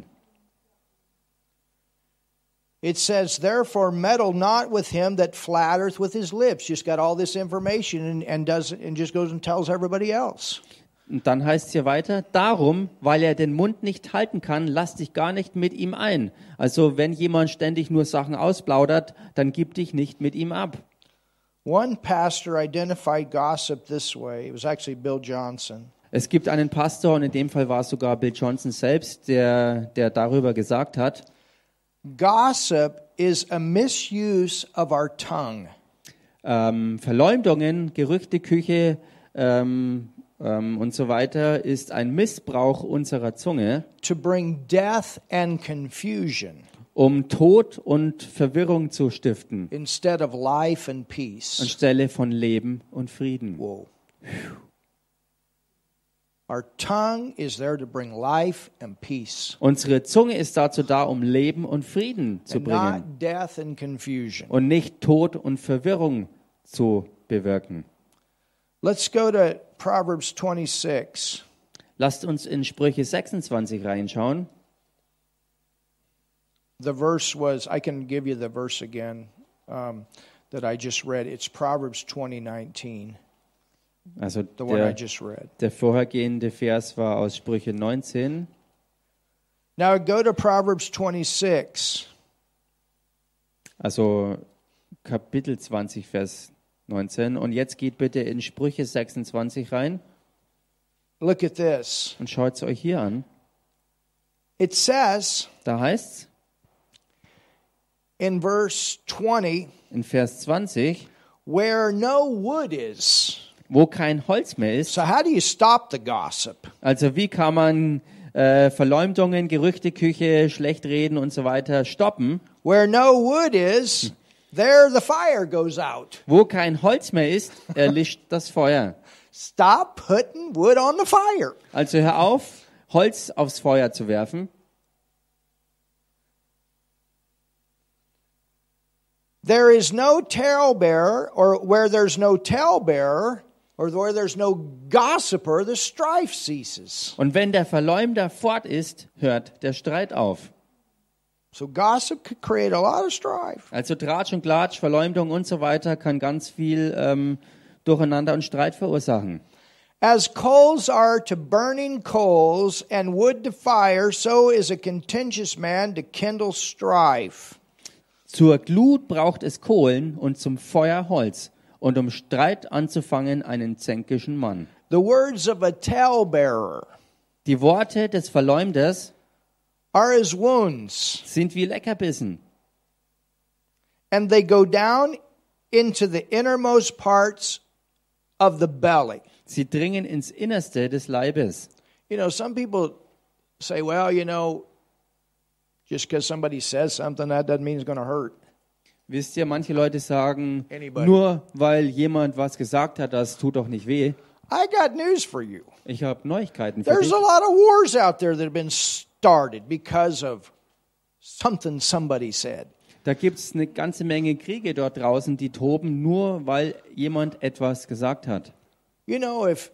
It says, therefore, meddle not with him that flattereth with his lips. Just got all this information and just goes and tells everybody else. Und dann heißt es hier weiter, darum, weil er den Mund nicht halten kann, lass dich gar nicht mit ihm ein. Also wenn jemand ständig nur Sachen ausplaudert, dann gib dich nicht mit ihm ab. One pastor identified gossip this way. It was actually Bill Johnson. Es gibt einen Pastor, und in dem Fall war es sogar Bill Johnson selbst, der darüber gesagt hat, Gossip is a misuse of our tongue. Verleumdungen, Gerüchteküche und so weiter ist ein Missbrauch unserer Zunge, To bring death and confusion um Tod und Verwirrung zu stiften, instead of life and peace. anstelle von Leben und Frieden. Whoa. Our tongue is there to bring life and peace, Unsere Zunge ist dazu da, um Leben und Frieden zu and bringen not death and confusion. und nicht Tod und Verwirrung zu bewirken. Let's go to Proverbs 26. Lasst uns in Sprüche 26 reinschauen. The verse was, I can give you the verse again that I just read. It's Proverbs 20:19, Also the one I der, just read. der vorhergehende Vers war aus Sprüche 19. Now go to Proverbs 26. Also Kapitel 20, Vers 19. Und jetzt geht bitte in Sprüche 26 rein Look at this. und schaut es euch hier an. It says Da heißt in verse 20, in Vers 20, where no wood is. wo kein Holz mehr ist. So how do you stop the gossip? Also wie kann man Verleumdungen, Gerüchteküche, Schlechtreden und so weiter stoppen? Where no wood is, there the fire goes out. Wo kein Holz mehr ist, erlischt das Feuer. Stop putting wood on the fire. Also hör auf, Holz aufs Feuer zu werfen. There is no talebearer, or where there's no talebearer, or where there's no gossiper, the strife ceases. Und wenn der Verleumder fort ist, hört der Streit auf. So gossip could create a lot of strife. Also Tratsch und Klatsch, Verleumdung und so weiter kann ganz viel Durcheinander und Streit verursachen. As coals are to burning coals and wood to fire, so is a contentious man to kindle strife. Zur Glut braucht es Kohlen und zum Feuer Holz. Und um Streit anzufangen, einen zänkischen Mann. The words of a talebearer Die Worte des Verleumders are as wounds, sind wie Leckerbissen. and they go down into the innermost parts of the belly. Sie dringen ins Innerste des Leibes. You know, some people say, well, just because somebody says something, that doesn't mean it's going to hurt. Wisst ihr, manche Leute sagen, Anybody. nur weil jemand was gesagt hat, das tut doch nicht weh. I got news for you. Ich habe Neuigkeiten für There's dich. a lot of wars out there that have been started because of something somebody said. Da gibt es eine ganze Menge Kriege dort draußen, die toben, nur weil jemand etwas gesagt hat. You know, if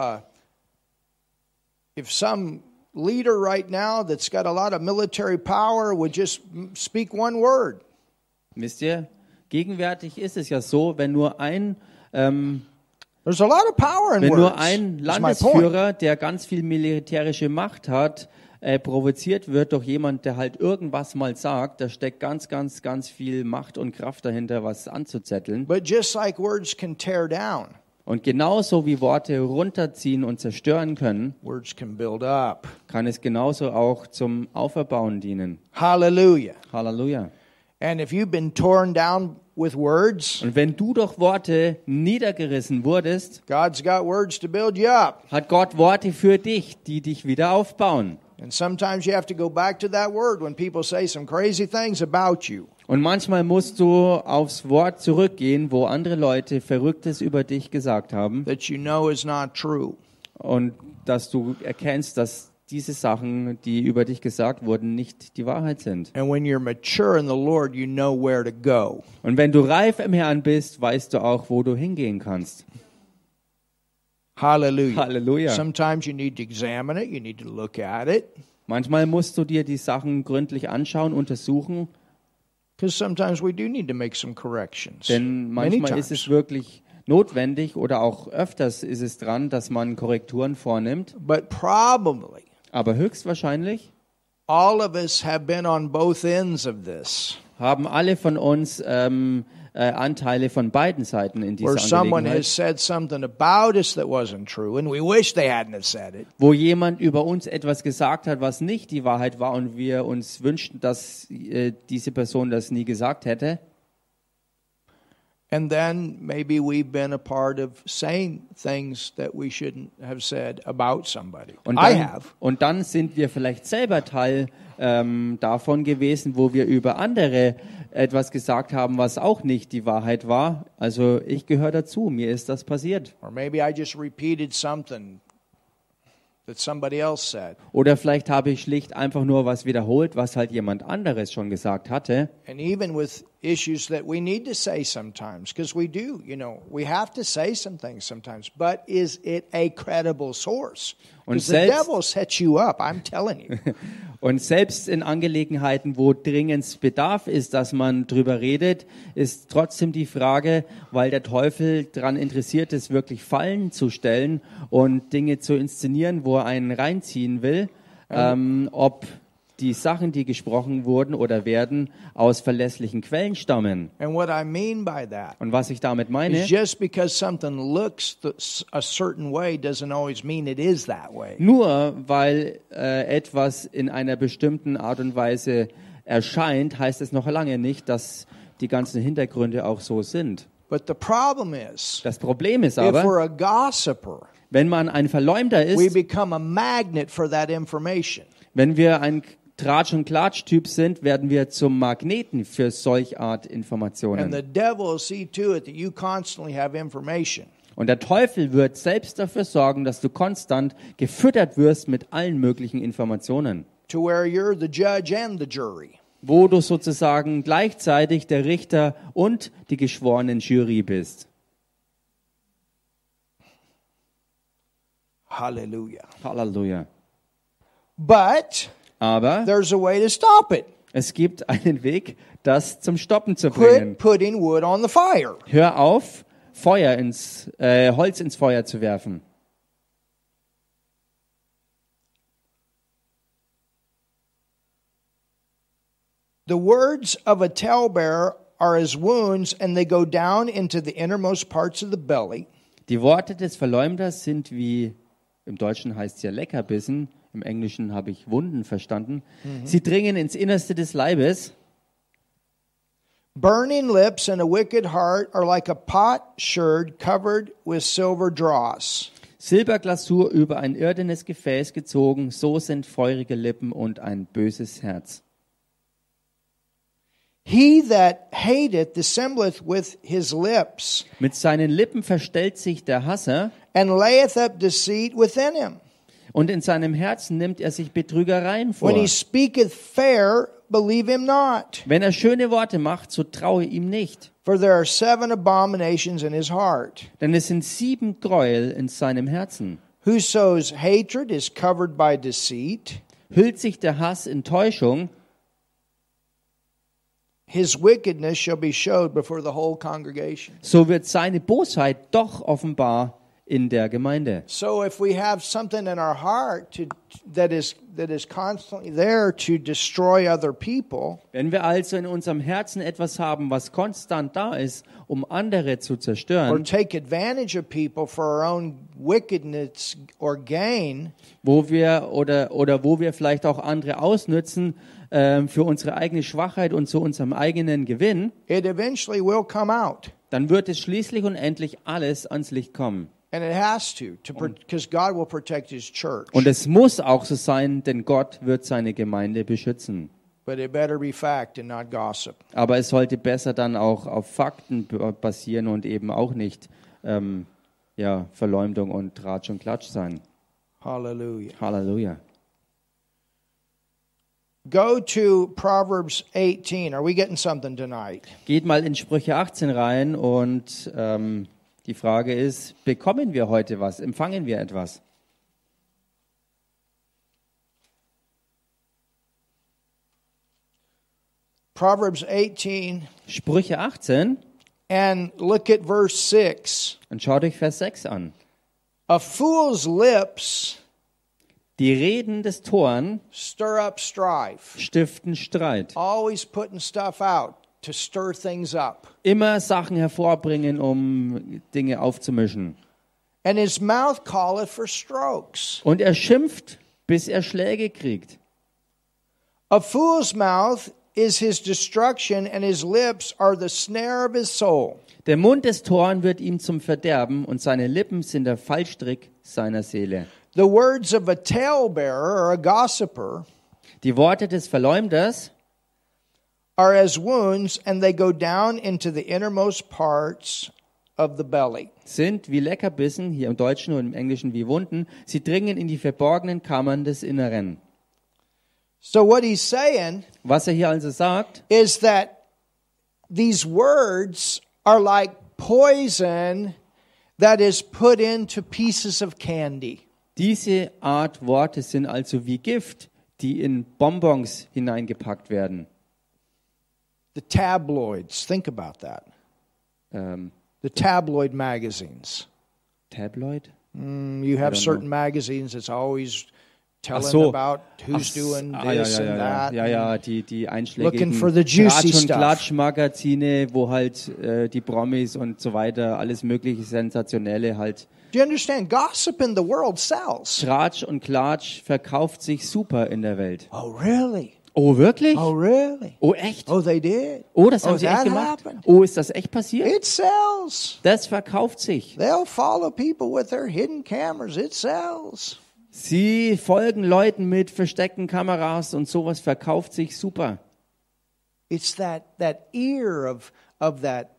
some leader right now that's got a lot of military power would just speak one word, Wisst ihr, gegenwärtig ist es ja so, wenn nur ein there's a lot of power in Wenn words. nur ein That's my point. Landesführer, der ganz viel militärische Macht hat, provoziert wird durch jemand, der halt irgendwas mal sagt, da steckt ganz, ganz, ganz viel Macht und Kraft dahinter, was anzuzetteln. But just like words can tear down, Und genauso wie Worte runterziehen und zerstören können, words can build up. kann es genauso auch zum Auferbauen dienen. Hallelujah. Halleluja. And if you've been torn down with words, Und wenn du durch Worte niedergerissen wurdest, God's got words to build you up. hat Gott Worte für dich, die dich wieder aufbauen. And sometimes you have to go back to that word when people say some crazy things about you. Und manchmal musst du aufs Wort zurückgehen, wo andere Leute Verrücktes über dich gesagt haben That you know is not true. und dass du erkennst, dass diese Sachen, die über dich gesagt wurden, nicht die Wahrheit sind. And when you're mature in the Lord, you know where to go. Und wenn du reif im Herrn bist, weißt du auch, wo du hingehen kannst. Hallelujah. Halleluja. Sometimes you need to examine it, you need to look at it, Manchmal musst du dir die Sachen gründlich anschauen, untersuchen, because sometimes we do need to make some corrections. denn Many manchmal ist times. es wirklich notwendig oder auch öfters ist es dran, dass man Korrekturen vornimmt. But probably Aber höchstwahrscheinlich all of us have been on both ends of this. haben alle von uns Anteile von beiden Seiten in dieser where someone Angelegenheit, has said something about us that wasn't true, and we wish they hadn't have said it. wo jemand über uns etwas gesagt hat, was nicht die Wahrheit war und wir uns wünschten, dass diese Person das nie gesagt hätte. And then maybe we've been a part of saying things that we shouldn't have said about somebody. I have. Und dann sind wir vielleicht selber Teil davon gewesen, wo wir über andere etwas gesagt haben, was auch nicht die Wahrheit war. Also ich gehöre dazu, mir ist das passiert. Or maybe I just repeated something that somebody else said. Oder vielleicht habe ich schlicht einfach nur was wiederholt, was halt jemand anderes schon gesagt hatte. And even with issues that we need to say sometimes, because we do, we have to say some things sometimes. But is it a credible source? Und Because the devil sets you up, I'm telling you. Und selbst in Angelegenheiten, wo dringend Bedarf ist, dass man drüber redet, ist trotzdem die Frage, weil der Teufel daran interessiert ist, wirklich Fallen zu stellen und Dinge zu inszenieren, wo er einen reinziehen will, ob die Sachen, die gesprochen wurden oder werden, aus verlässlichen Quellen stammen. And what I mean by that Und was ich damit meine, is just because something looks a certain way doesn't always mean it is that way. nur weil etwas in einer bestimmten Art und Weise erscheint, heißt es noch lange nicht, dass die ganzen Hintergründe auch so sind. But the problem is, Das Problem ist if aber, we're a gossiper, wenn man ein Verleumder we ist, become a magnet for that information. wenn wir ein Tratsch- und Klatsch-Typ sind, werden wir zum Magneten für solch Art And Informationen. the devil will see to it that you constantly have information. Und der Teufel wird selbst dafür sorgen, dass du konstant gefüttert wirst mit allen möglichen Informationen, To where you're the judge and the jury. wo du sozusagen gleichzeitig der Richter und die geschworenen Jury bist. Hallelujah. Halleluja. But Aber there's a way to stop it. es gibt einen Weg, das zum Stoppen zu bringen. Quit putting wood on the fire. Hör auf, Holz ins Feuer zu werfen. The words of a talebearer are as wounds, and they go down into the innermost parts of the belly. Die Worte des Verleumders sind wie, im Deutschen heißt es ja Leckerbissen, im Englischen habe ich Wunden verstanden. Sie dringen ins Innerste des Leibes. Burning lips and a wicked heart are like a potsherd covered with silver dross. Silberglasur über ein irdenes Gefäß gezogen, so sind feurige Lippen und ein böses Herz. He that hateth dissembleth with his lips, Mit seinen Lippen verstellt sich der Hasser, and layeth up deceit within him. und in seinem Herzen nimmt er sich Betrügereien vor. When he speaketh fair, believe him not. Wenn er schöne Worte macht, so traue ihm nicht. For there are 7 abominations in his heart. Denn es sind 7 Gräuel in seinem Herzen. Who sows hatred is covered by deceit. Hüllt sich der Hass in Täuschung, His wickedness shall be showed before the whole congregation. so wird seine Bosheit doch offenbar in der Gemeinde. So if we have something in our heart that is constantly there to destroy other people, Wenn wir also in unserem Herzen etwas haben, was konstant da ist, um andere zu or zerstören, take advantage of people for our own wickedness or gain, wo wir wo wir vielleicht auch andere ausnützen für unsere eigene Schwachheit und zu unserem eigenen Gewinn, it eventually will come out. dann wird es schließlich und endlich alles ans Licht kommen. And it has to because God will protect his church. Und es muss auch so sein, denn Gott wird seine Gemeinde beschützen. But it better be fact and not gossip. Aber es sollte besser dann auch auf Fakten basieren und eben auch nicht Verleumdung und Tratsch und Klatsch sein. Hallelujah. Halleluja. Go to Proverbs 18. Are we getting something tonight? Geht mal in Sprüche 18 rein und die Frage ist, bekommen wir heute was? Empfangen wir etwas? Proverbs 18 Sprüche 18 and look at verse 6. und schaut euch Vers 6 an. A fool's lips Die Reden des Toren stir up strife, stiften Streit. always putting stuff out to stir things up. Immer Sachen hervorbringen, um Dinge aufzumischen. And his mouth calleth for strokes. Und er schimpft, bis er Schläge kriegt. A fool's mouth is his destruction, and his lips are the snare of his soul. Der Mund des Toren wird ihm zum Verderben und seine Lippen sind der Fallstrick seiner Seele. The words of a talebearer or a gossiper Die Worte des Verleumders are as wounds, and they go down into the innermost parts of the belly. sind wie Leckerbissen, hier im Deutschen und im Englischen wie Wunden. Sie dringen in die verborgenen Kammern des Inneren. So what he's saying Was er hier also sagt, is that these words are like poison that is put into pieces of candy. diese Art Worte sind also wie Gift, die in Bonbons hineingepackt werden. The tabloids, think about that. The tabloid magazines. Tabloid? You have certain magazines that's always telling Ach so. about who's doing Ja, this and that. Ja, die Looking einschlägigen for the juicy Tratsch- und stuff. Klatsch-Magazine, wo halt die Promis und so weiter, alles mögliche Sensationelle halt. Do you understand? Gossip in the world sells. Tratsch und Klatsch verkauft sich super in der Welt. Oh, really? Oh, wirklich? Oh, really? Oh, echt? Oh, they did? Oh, das haben Oh, sie echt that gemacht? happened? Oh, ist das echt passiert? It sells. Das verkauft sich. They'll follow people with their hidden cameras. It sells. Sie folgen Leuten mit versteckten Kameras und sowas verkauft sich super. It's that ear of that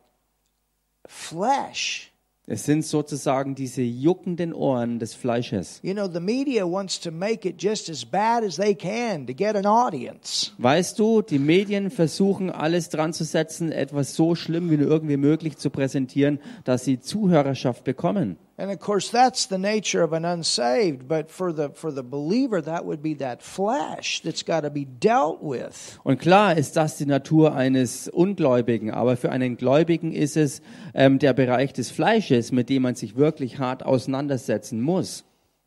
flesh. Es sind sozusagen diese juckenden Ohren des Fleisches. You know, the media wants to make it just as bad as they can to get an audience. Weißt du, die Medien versuchen alles dran zu setzen, etwas so schlimm wie nur irgendwie möglich zu präsentieren, dass sie Zuhörerschaft bekommen. And of course, that's the nature of an unsaved. But for the believer, that would be that flesh that's got to be dealt with. Und klar ist das die Natur eines Ungläubigen, aber für einen Gläubigen ist es der Bereich des Fleisches, mit dem man sich wirklich hart auseinandersetzen muss.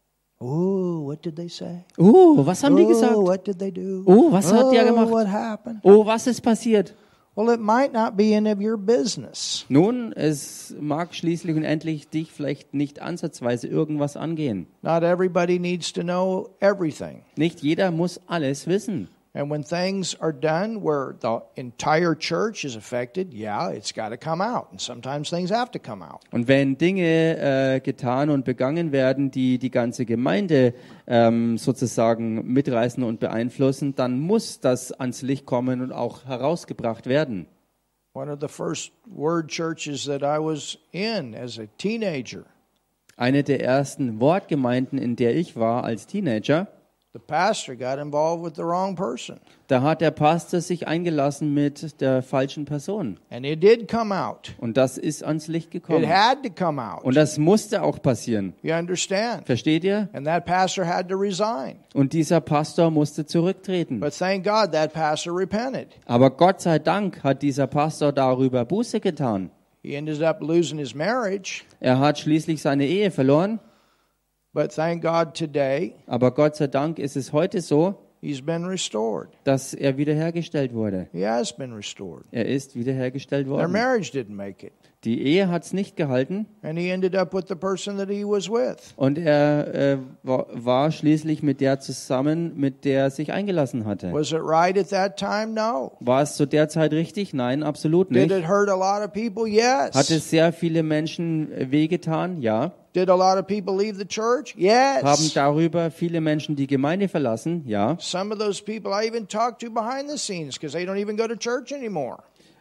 Oh, what did they say? Was haben die gesagt? Oh, what did they do? Oh, was hat der gemacht? What happened? Oh, was ist passiert? Well, it might not be any of your business. Nun, es mag schließlich und endlich dich vielleicht nicht ansatzweise irgendwas angehen. Not everybody needs to know everything. Nicht jeder muss alles wissen. And when things are done where the entire church is affected, yeah, it's got to come out. And sometimes things have to come out. Und wenn Dinge getan und begangen werden, die die ganze Gemeinde sozusagen mitreißen und beeinflussen, dann muss das ans Licht kommen und auch herausgebracht werden. One of the first word churches that I was in as a teenager, Eine der ersten Wortgemeinden, in der ich war als Teenager, the pastor got involved with the wrong person. da hat der Pastor sich eingelassen mit der falschen Person. And it did come out. Und das ist ans Licht It gekommen. had to come out. Und das musste auch passieren. You understand? Versteht ihr? And that pastor had to resign. Und dieser Pastor musste zurücktreten. But thank God that pastor repented. Aber Gott sei Dank hat dieser Pastor darüber Buße getan. He ended up losing his marriage. Er hat schließlich seine Ehe verloren. But thank God today Aber Gott sei Dank ist es heute so, he's been restored. dass er wiederhergestellt wurde. He has been restored. Er ist wiederhergestellt Their worden. marriage didn't make it. Die Ehe hat es nicht gehalten. And he ended up with the person that he was with. Und er war schließlich mit der zusammen, mit der er sich eingelassen hatte. Was it right at that time? No. War es zu der Zeit richtig? Nein, absolut Did nicht. it hurt a lot of people? Hat Yes. es sehr viele Menschen wehgetan? Ja. Did a lot of people leave the church? Haben Yes. darüber viele Menschen die Gemeinde verlassen? Ja. Some of those people I even talk to behind the scenes because they don't even go to church anymore.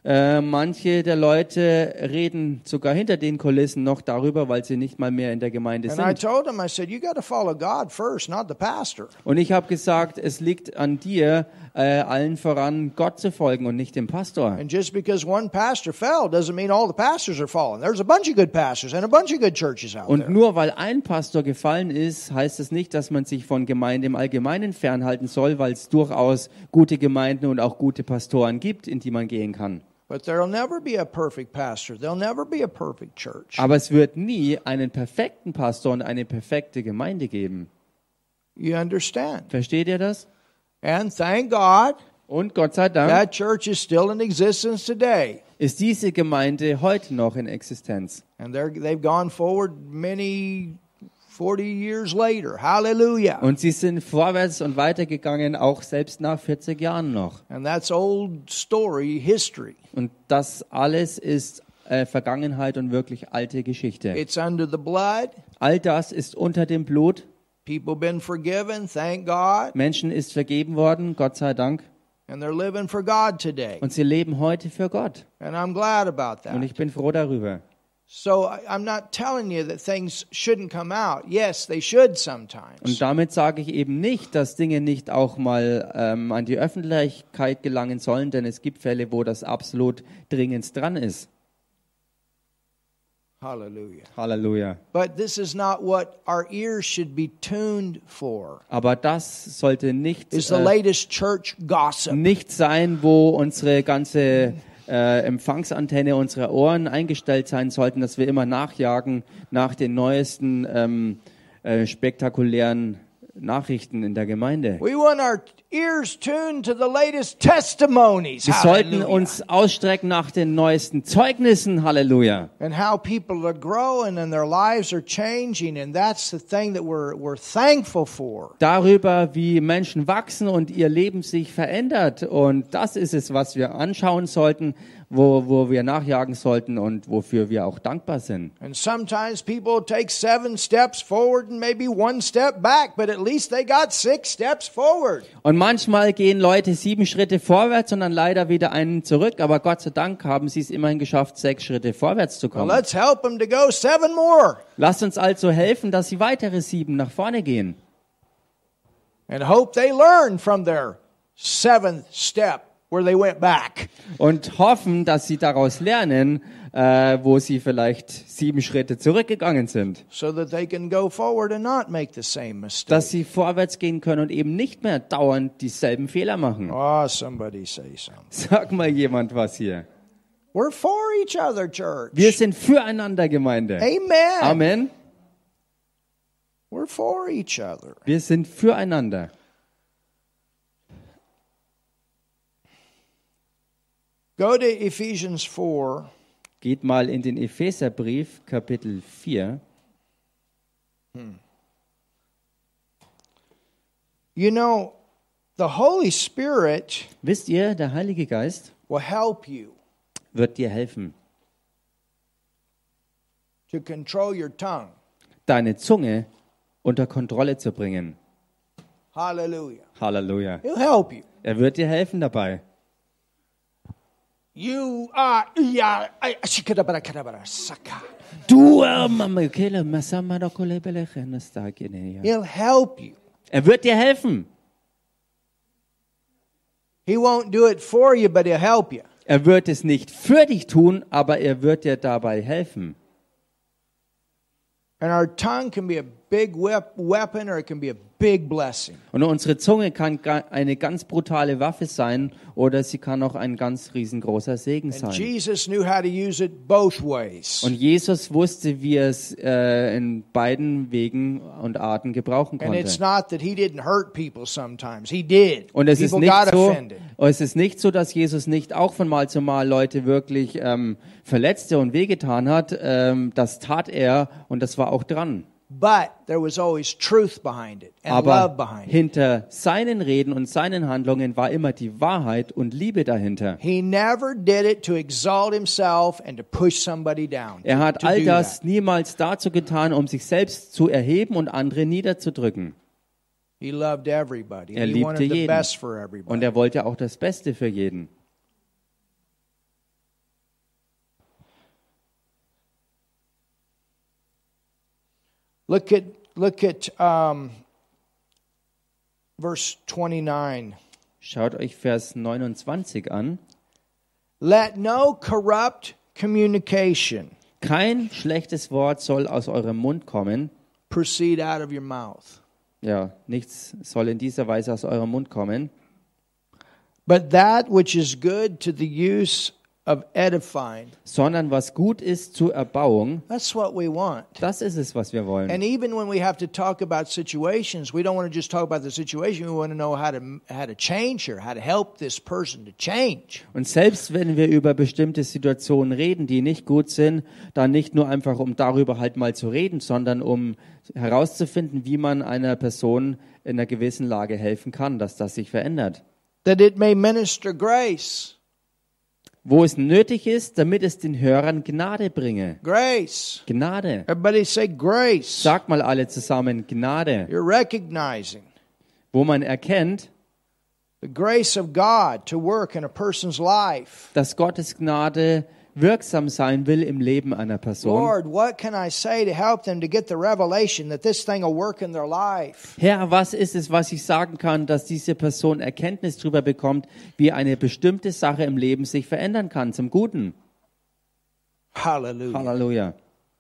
Manche der Leute reden sogar hinter den Kulissen noch darüber, weil sie nicht mal mehr in der Gemeinde And I sind. told them, I said, you got to follow God first, not the pastor. Und ich habe gesagt, es liegt an dir, allen voran Gott zu folgen und nicht dem Pastor. And just because one pastor fell doesn't mean all the pastors are falling. There's a bunch of good pastors and a bunch of good churches out Und there. nur weil ein Pastor gefallen ist, heißt es nicht, dass man sich von Gemeinde im Allgemeinen fernhalten soll, weil es durchaus gute Gemeinden und auch gute Pastoren gibt, in die man gehen kann. But there'll never be a perfect pastor. There'll never be a perfect church. Aber es wird nie einen perfekten Pastor und eine perfekte Gemeinde geben. You understand? Versteht ihr das? And thank God, Und Gott sei Dank that church is still in existence today. ist diese Gemeinde heute noch in Existenz. And they've gone forward many 40 years later. Hallelujah. Und sie sind vorwärts und weitergegangen, auch selbst nach 40 Jahren noch. And that's old story, history. Und das alles ist Vergangenheit und wirklich alte Geschichte. It's under the blood. All das ist unter dem Blut. People been forgiven, thank God. Menschen ist vergeben worden, Gott sei Dank. And they're living for God today. Und sie leben heute für Gott. And I'm glad about Und that. ich bin froh darüber. So I'm not telling you that things shouldn't come out. Yes, they should sometimes. Und damit sage ich eben nicht, dass Dinge nicht auch mal an die Öffentlichkeit gelangen sollen, denn es gibt Fälle, wo das absolut dringend dran ist. Hallelujah. Halleluja. But this is not what our ears should be tuned for. Aber das sollte nicht, Is the latest church gossip. nicht sein, wo unsere ganze Empfangsantenne unserer Ohren eingestellt sein sollten, dass wir immer nachjagen nach den neuesten spektakulären Nachrichten in der Gemeinde. We want our ears tuned to the latest testimonies. Wir sollten Hallelujah. uns ausstrecken nach den neuesten Zeugnissen. Halleluja. And how people are growing and their lives are changing, and that's the thing that we're thankful for. Darüber, wie Menschen wachsen und ihr Leben sich verändert. Und das ist es, was wir anschauen sollten, wo wir nachjagen sollten und wofür wir auch dankbar sind. And sometimes people take 7 steps forward and maybe 1 step back, but at least they got 6 steps forward. Und manchmal gehen Leute 7 Schritte vorwärts und dann leider wieder einen zurück. Aber Gott sei Dank haben sie es immerhin geschafft, 6 Schritte vorwärts zu Well, kommen. let's help them to go 7 more Lasst uns also helfen, dass sie weitere 7 nach vorne gehen. and hope they learn from their 7th step where they went back. Und hoffen, dass sie daraus lernen, wo sie vielleicht 7 Schritte zurückgegangen sind. So that they can go forward and not make the same mistake. Dass sie vorwärts gehen können und eben nicht mehr dauernd dieselben Fehler machen. Oh, somebody say something. Sag mal jemand was hier. We're for each other, church. Wir sind füreinander Gemeinde. Amen. Amen. We're for each other. Wir sind füreinander. Go to Ephesians 4. Geht mal in den Epheserbrief, Kapitel 4. You know, the Holy Spirit Wisst ihr, der Heilige Geist will help you wird dir helfen, to control your tongue. deine Zunge unter Kontrolle zu bringen. Hallelujah. Halleluja. He'll help you. Er wird dir helfen dabei. You are saka. He'll help you. Er wird dir helfen. He won't do it for you, but he'll help you. Er wird es nicht für dich tun, aber er wird dir dabei helfen. And our tongue can be a big weapon or it can be a big blessing. Und unsere Zunge kann eine ganz brutale Waffe sein oder sie kann auch ein ganz riesengroßer Segen And sein. Jesus knew how to use it both ways. Und Jesus wusste, wie er es in beiden Wegen und Arten gebrauchen And it's konnte. not that he didn't hurt people sometimes. He did. Und es ist People nicht got so, offended. dass Jesus nicht auch von Mal zu Mal Leute wirklich verletzte und wehgetan hat. Das tat er und das war auch dran. But there was always truth behind it and love Aber behind it. hinter seinen Reden und seinen Handlungen war immer die Wahrheit und Liebe dahinter. He never did it to exalt himself and to push somebody down. Er hat to all do das that. niemals dazu getan, um sich selbst zu erheben und andere niederzudrücken. He loved everybody. Er He liebte wanted the jeden. best for Und everybody. er wollte auch das Beste für jeden. Look at verse 29. Schaut euch Vers 29 an. Let no corrupt communication Kein schlechtes Wort soll aus eurem Mund kommen. proceed out of your mouth, Ja, nichts soll in dieser Weise aus eurem Mund kommen. but that which is good to the use of edifying. sondern was gut ist zur Erbauung. That's what we want. Das ist es, was wir wollen. And even when we have to talk about situations, we don't want to just talk about the situation. We want to know how to change her, how to help this person to change. Und selbst wenn wir über bestimmte Situationen reden, die nicht gut sind, dann nicht nur einfach, um darüber halt mal zu reden, sondern um herauszufinden, wie man einer Person in einer gewissen Lage helfen kann, dass das sich verändert. That it may minister grace. Wo es nötig ist, damit es den Hörern Gnade bringe. Grace. Gnade. Everybody say grace. Sagt mal alle zusammen Gnade. You're recognizing Wo man erkennt, the grace of God to work in a person's life. dass Gottes Gnade wirksam sein will im Leben einer Person. Lord, what can I say to help them to get the revelation that this thing will work in their life? Herr, was ist es, was ich sagen kann, dass diese Person Erkenntnis darüber bekommt, wie eine bestimmte Sache im Leben sich verändern kann, zum Guten? Hallelujah. Halleluja.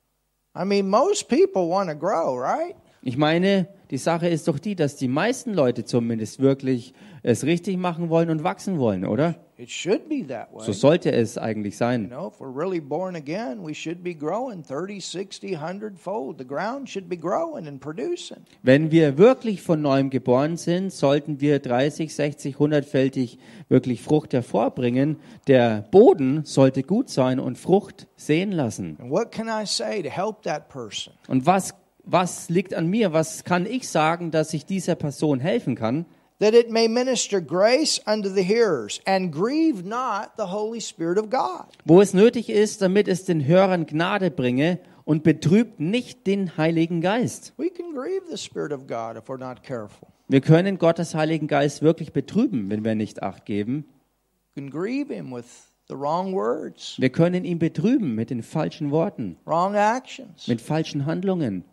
I mean, most people want to grow, right? Ich meine, die Sache ist doch die, dass die meisten Leute zumindest wirklich es richtig machen wollen und wachsen wollen, oder? It should be that way. So sollte es eigentlich You sein. know, if we're really born again, we should be growing 30, 60, 100-fold. The ground should be growing and producing. Wenn wir wirklich von neuem geboren sind, sollten wir 30, 60, 100-fältig wirklich Frucht hervorbringen. Der Boden sollte gut sein und Frucht sehen lassen. And what can I say to help that person? Und was liegt an mir? Was kann ich sagen, dass ich dieser Person helfen kann? That it may minister grace unto the hearers and grieve not the Holy Spirit of God. Wo es nötig ist, damit es den Hörern Gnade bringe und betrübt nicht den Heiligen Geist. We can grieve the Spirit of God if we're not careful. Wir können Gottes Heiligen Geist wirklich betrüben, wenn wir nicht Acht geben. We can grieve Him with the wrong words, Wir können ihn betrüben mit den falschen Worten, wrong actions. mit falschen Handlungen.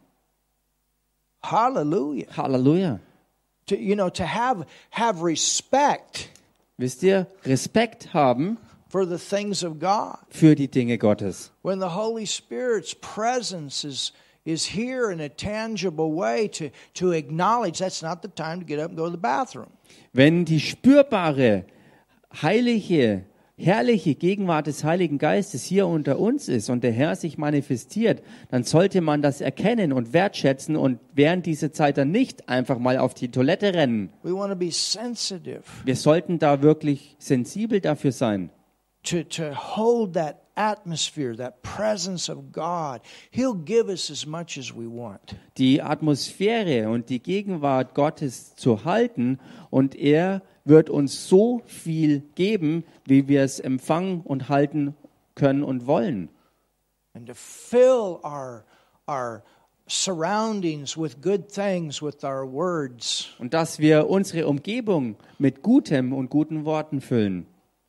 Hallelujah. Halleluja. To have respect Wisst ihr, Respekt haben for the things of God. für die Dinge Gottes. When the Holy Spirit's presence is here in a tangible way to acknowledge that's not the time to get up and go to the bathroom. Wenn die spürbare, heilige, herrliche Gegenwart des Heiligen Geistes hier unter uns ist und der Herr sich manifestiert, dann sollte man das erkennen und wertschätzen und während dieser Zeit dann nicht einfach mal auf die Toilette rennen. We want to be sensitive Wir sollten da wirklich sensibel dafür sein. to hold that atmosphere, that presence of God. He'll give us as much as we want. Die Atmosphäre und die Gegenwart Gottes zu halten und er wird uns so viel geben, wie wir es empfangen und halten können und wollen. And to fill our surroundings with good things with our words. Und dass wir unsere Umgebung mit Gutem und guten Worten füllen.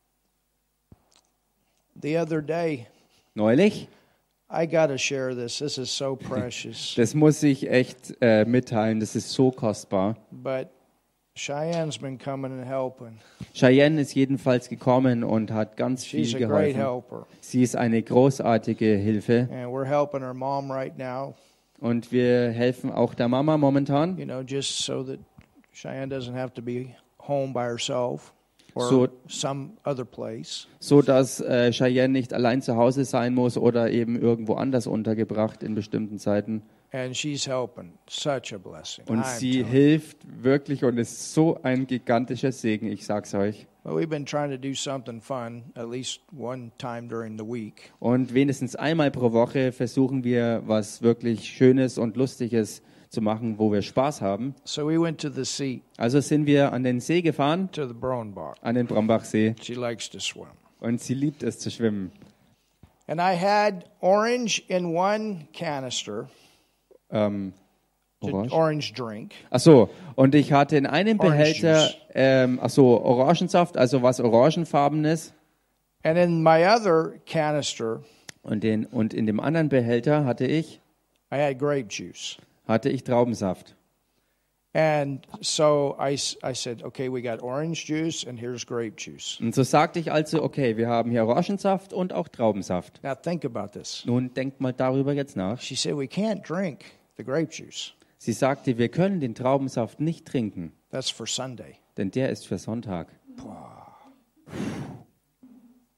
The other day, Neulich, I got to share this. This is so precious. das muss ich echt mitteilen, das ist so kostbar. But Cheyenne's been coming and helping. Cheyenne ist jedenfalls gekommen und hat ganz viel She's a great geholfen. helper. Sie ist eine großartige Hilfe And we're helping her mom right now, und wir helfen auch der Mama momentan. just so that Cheyenne doesn't have to be home by herself or So- some other place. So dass Cheyenne nicht allein zu Hause sein muss oder eben irgendwo anders untergebracht in bestimmten Zeiten. And she's helping. Such a blessing. Und I'm sie telling you. hilft wirklich und ist so ein gigantischer Segen, ich sag's euch. Well, we've been trying to do something fun at least one time during the week. Und wenigstens einmal pro Woche versuchen wir, was wirklich Schönes und Lustiges zu machen, wo wir Spaß haben. So we went to the sea, Also sind wir an den See gefahren, to the Brownbach. an den Brombachsee. She likes to swim. Und sie liebt es zu schwimmen. And I had orange in one canister, Orange? orange drink. Ach so, und ich hatte in einem Orange Behälter, Orangensaft, also was Orangenfarbenes. And in my other canister, Und in dem anderen Behälter hatte ich I had grape juice. Traubensaft. And so I said, okay, we got orange juice and here's grape juice. Und so sagte ich also, okay, wir haben hier Orangensaft und auch Traubensaft. Now think about this. Nun denkt mal darüber jetzt nach. She said, we can't drink the grape juice. Sie sagte, wir können den Traubensaft nicht trinken, That's for Sunday. denn der ist für Sonntag.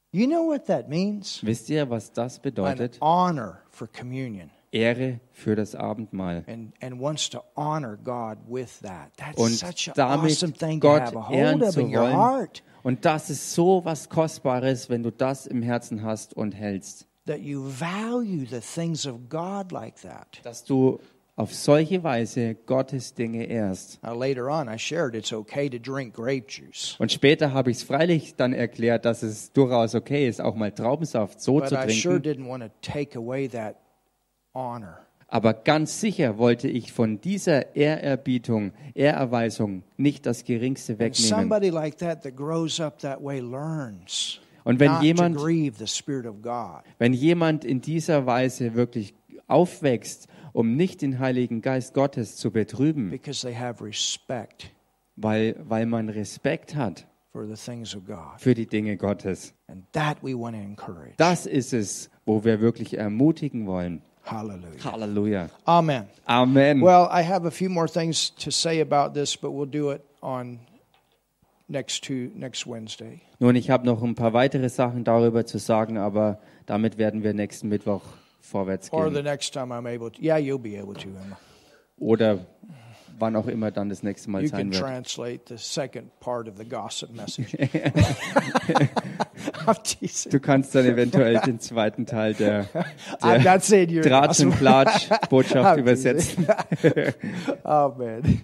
You know what that means? Wisst ihr, was das An bedeutet? honor for communion. Ehre für das Abendmahl. And wants to honor God with that. That's Und such an damit awesome thing to Gott have a hold ehren of zu in your wollen. heart. Und das ist so was Kostbares, wenn du das im Herzen hast und hältst. That you value the things of God like that. Dass du auf solche Weise Gottes Dinge ehrst. Now, later on, I shared it's okay to drink grape juice. Und später habe ich es freilich dann erklärt, dass es durchaus okay ist, auch mal Traubensaft so But zu I sure trinken. didn't want to take away that honor. Aber ganz sicher wollte ich von dieser Ehrerbietung, Ehrerweisung nicht das Geringste And wegnehmen. somebody like that grows up that way learns Und wenn not jemand, to grieve the Spirit of God. wenn jemand in dieser Weise wirklich aufwächst, um nicht den Heiligen Geist Gottes zu betrüben, Because they have respect weil man Respekt hat for the things of God. für die Dinge Gottes. And that we want to encourage. Das ist es, wo wir wirklich ermutigen wollen. Hallelujah. Halleluja. Amen. Amen. Well, I have a few more things to say about this, but we'll do it on next Wednesday. Nun, ich habe noch ein paar weitere Sachen darüber zu sagen, aber damit werden wir nächsten Mittwoch vorwärts Or the gehen. next time I'm able to. Yeah, you'll be able to, Emma. Oder wann auch immer dann das nächste Mal You sein can wird. translate the second part of the gossip message. I'm teasing. Du kannst dann eventuell den zweiten Teil der I'm not saying you're Tratsch- und gossip. Klatsch-Botschaft I'm übersetzen. Oh, man.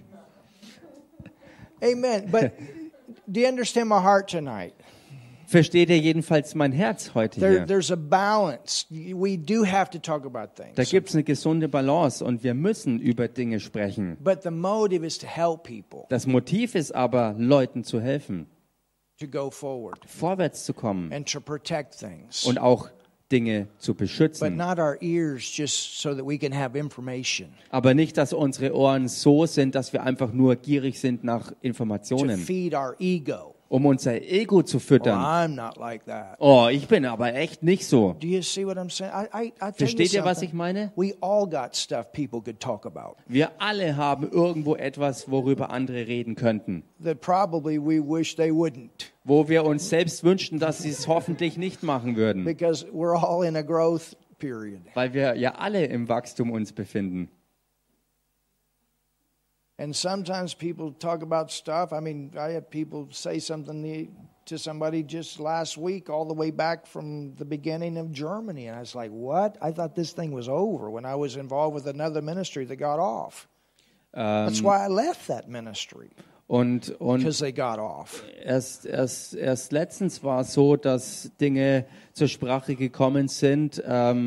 Amen. But do you understand my heart tonight? Versteht ihr jedenfalls mein Herz heute hier? There's a balance. We do have to talk about Da things. gibt es eine gesunde Balance und wir müssen über Dinge sprechen. But the motive is to help people Das Motiv ist aber, Leuten zu helfen, to go forward vorwärts zu kommen and to protect things. und auch Dinge zu But beschützen. not our ears just so that we can have information. Aber nicht, dass unsere Ohren so sind, dass wir einfach nur gierig sind nach To Informationen, feed our ego. um unser Ego zu Well, füttern. I'm not like that. Oh, ich bin aber echt nicht so. Do you see what I'm saying? I tell you Versteht ihr, was something. ich meine? We all got stuff people could talk about Wir alle haben irgendwo etwas, worüber andere reden könnten. that probably we wish they wouldn't, Wo wir uns selbst wünschen, dass sie es hoffentlich nicht machen würden. because we're all in a growth period. Weil wir ja alle im Wachstum uns befinden. And sometimes people talk about stuff. I mean, I had people say something to somebody just last week, all the way back from the beginning of Germany. And I was like, what? I thought this thing was over when I was involved with another ministry that got off. That's why I left that ministry, Und because they got off. erst letztens war es so, dass Dinge zur Sprache gekommen sind,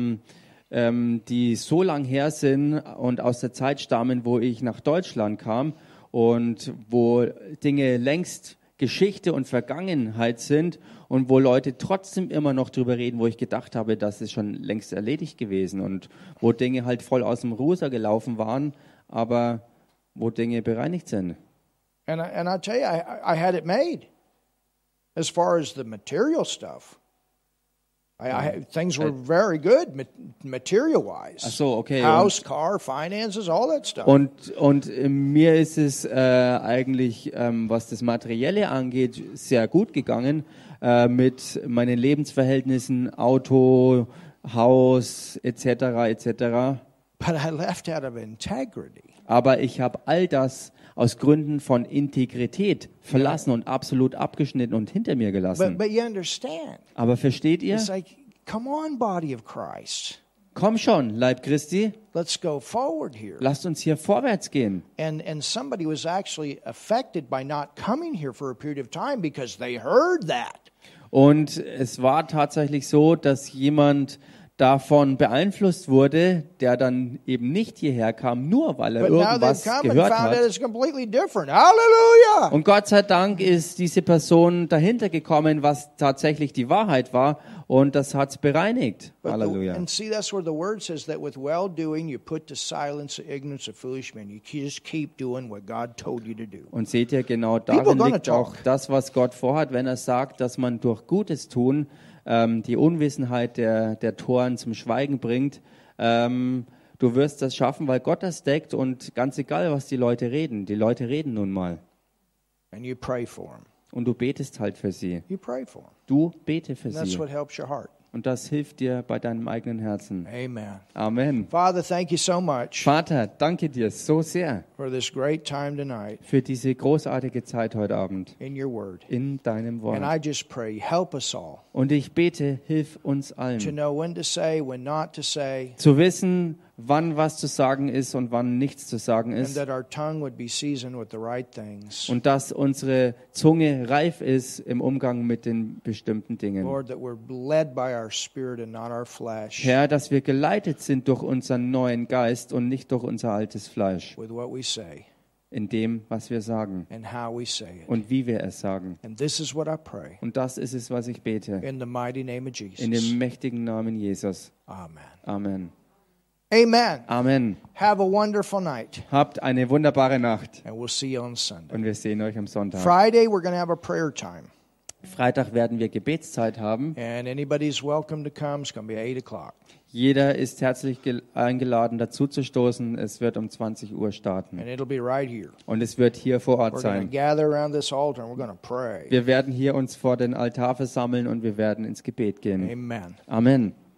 die so lang her sind und aus der Zeit stammen, wo ich nach Deutschland kam und wo Dinge längst Geschichte und Vergangenheit sind und wo Leute trotzdem immer noch drüber reden, wo ich gedacht habe, das ist schon längst erledigt gewesen und wo Dinge halt voll aus dem Ruder gelaufen waren, aber wo Dinge bereinigt sind. And I tell you, I had it made. As far as the material stuff, things were very good material-wise. Ach so, okay. House, car, finances, all that stuff. Und mir ist es eigentlich, was das Materielle angeht, sehr gut gegangen mit meinen Lebensverhältnissen, Auto, Haus etc. etc. But I left out of integrity. Aber ich habe all das aus Gründen von Integrität verlassen und absolut abgeschnitten und hinter mir gelassen. But you understand? Aber versteht ihr? It's like, come on, body of Christ. Komm schon, Leib Christi, Let's go forward here. lasst uns hier vorwärts gehen. And somebody was actually affected by not coming here for a period of time because they heard that. Und es war tatsächlich so, dass jemand davon beeinflusst wurde, der dann eben nicht hierher kam, nur weil er But now they've irgendwas come and gehört found out hat. it's completely different. Hallelujah! Und Gott sei Dank ist diese Person dahinter gekommen, was tatsächlich die Wahrheit war, und das hat's bereinigt. Halleluja. And see, that's where the word says that with well-doing you put to silence the ignorance of foolish men. You just keep doing what God told you to do. Und seht ihr, genau People darin gonna liegt auch talk. das, was Gott vorhat, wenn er sagt, dass man durch Gutes tun die Unwissenheit der Toren zum Schweigen bringt. Du wirst das schaffen, weil Gott das deckt, und ganz egal, was die Leute reden nun mal. And you pray for them. Und du betest halt für sie. You pray for them. Du bete für And that's sie. what helps your heart. Und das hilft dir bei deinem eigenen Herzen. Amen. Amen. Father, thank you so much Vater, danke dir so sehr for this great time tonight für diese großartige Zeit heute Abend in your word. in deinem And Wort. I just pray, help us all Und ich bete, hilf uns to allen, know when to say, when not to say, zu wissen, wann was zu sagen ist und wann nichts zu sagen and ist. that our tongue would be seasoned with the right things. Und dass unsere Zunge reif ist im Umgang mit den bestimmten Dingen. Lord, that we're led by our spirit and not our flesh Herr, dass wir geleitet sind durch unseren neuen Geist und nicht durch unser altes Fleisch, with what we say in dem, was wir sagen and how we say it. und wie wir es sagen. And this is what I pray Und das ist es, was ich bete. in the mighty name of In Jesus. dem mächtigen Namen Jesus. Amen. Amen. Amen. Amen. Have a wonderful night, Habt eine wunderbare Nacht and we'll see you on Sunday. und wir sehen euch am Sonntag. Friday, we're going to have a prayer time, Freitag werden wir Gebetszeit haben. and anybody's welcome to come. It's going to be 8 o'clock. Jeder ist herzlich eingeladen, dazu zu stoßen. Es wird um 20 Uhr starten. And it'll be right here. Und es wird hier vor Ort We're going to sein. gather around this altar, and we're going to pray. Wir werden hier uns vor den Altar versammeln und wir werden ins Gebet gehen. Amen. Amen.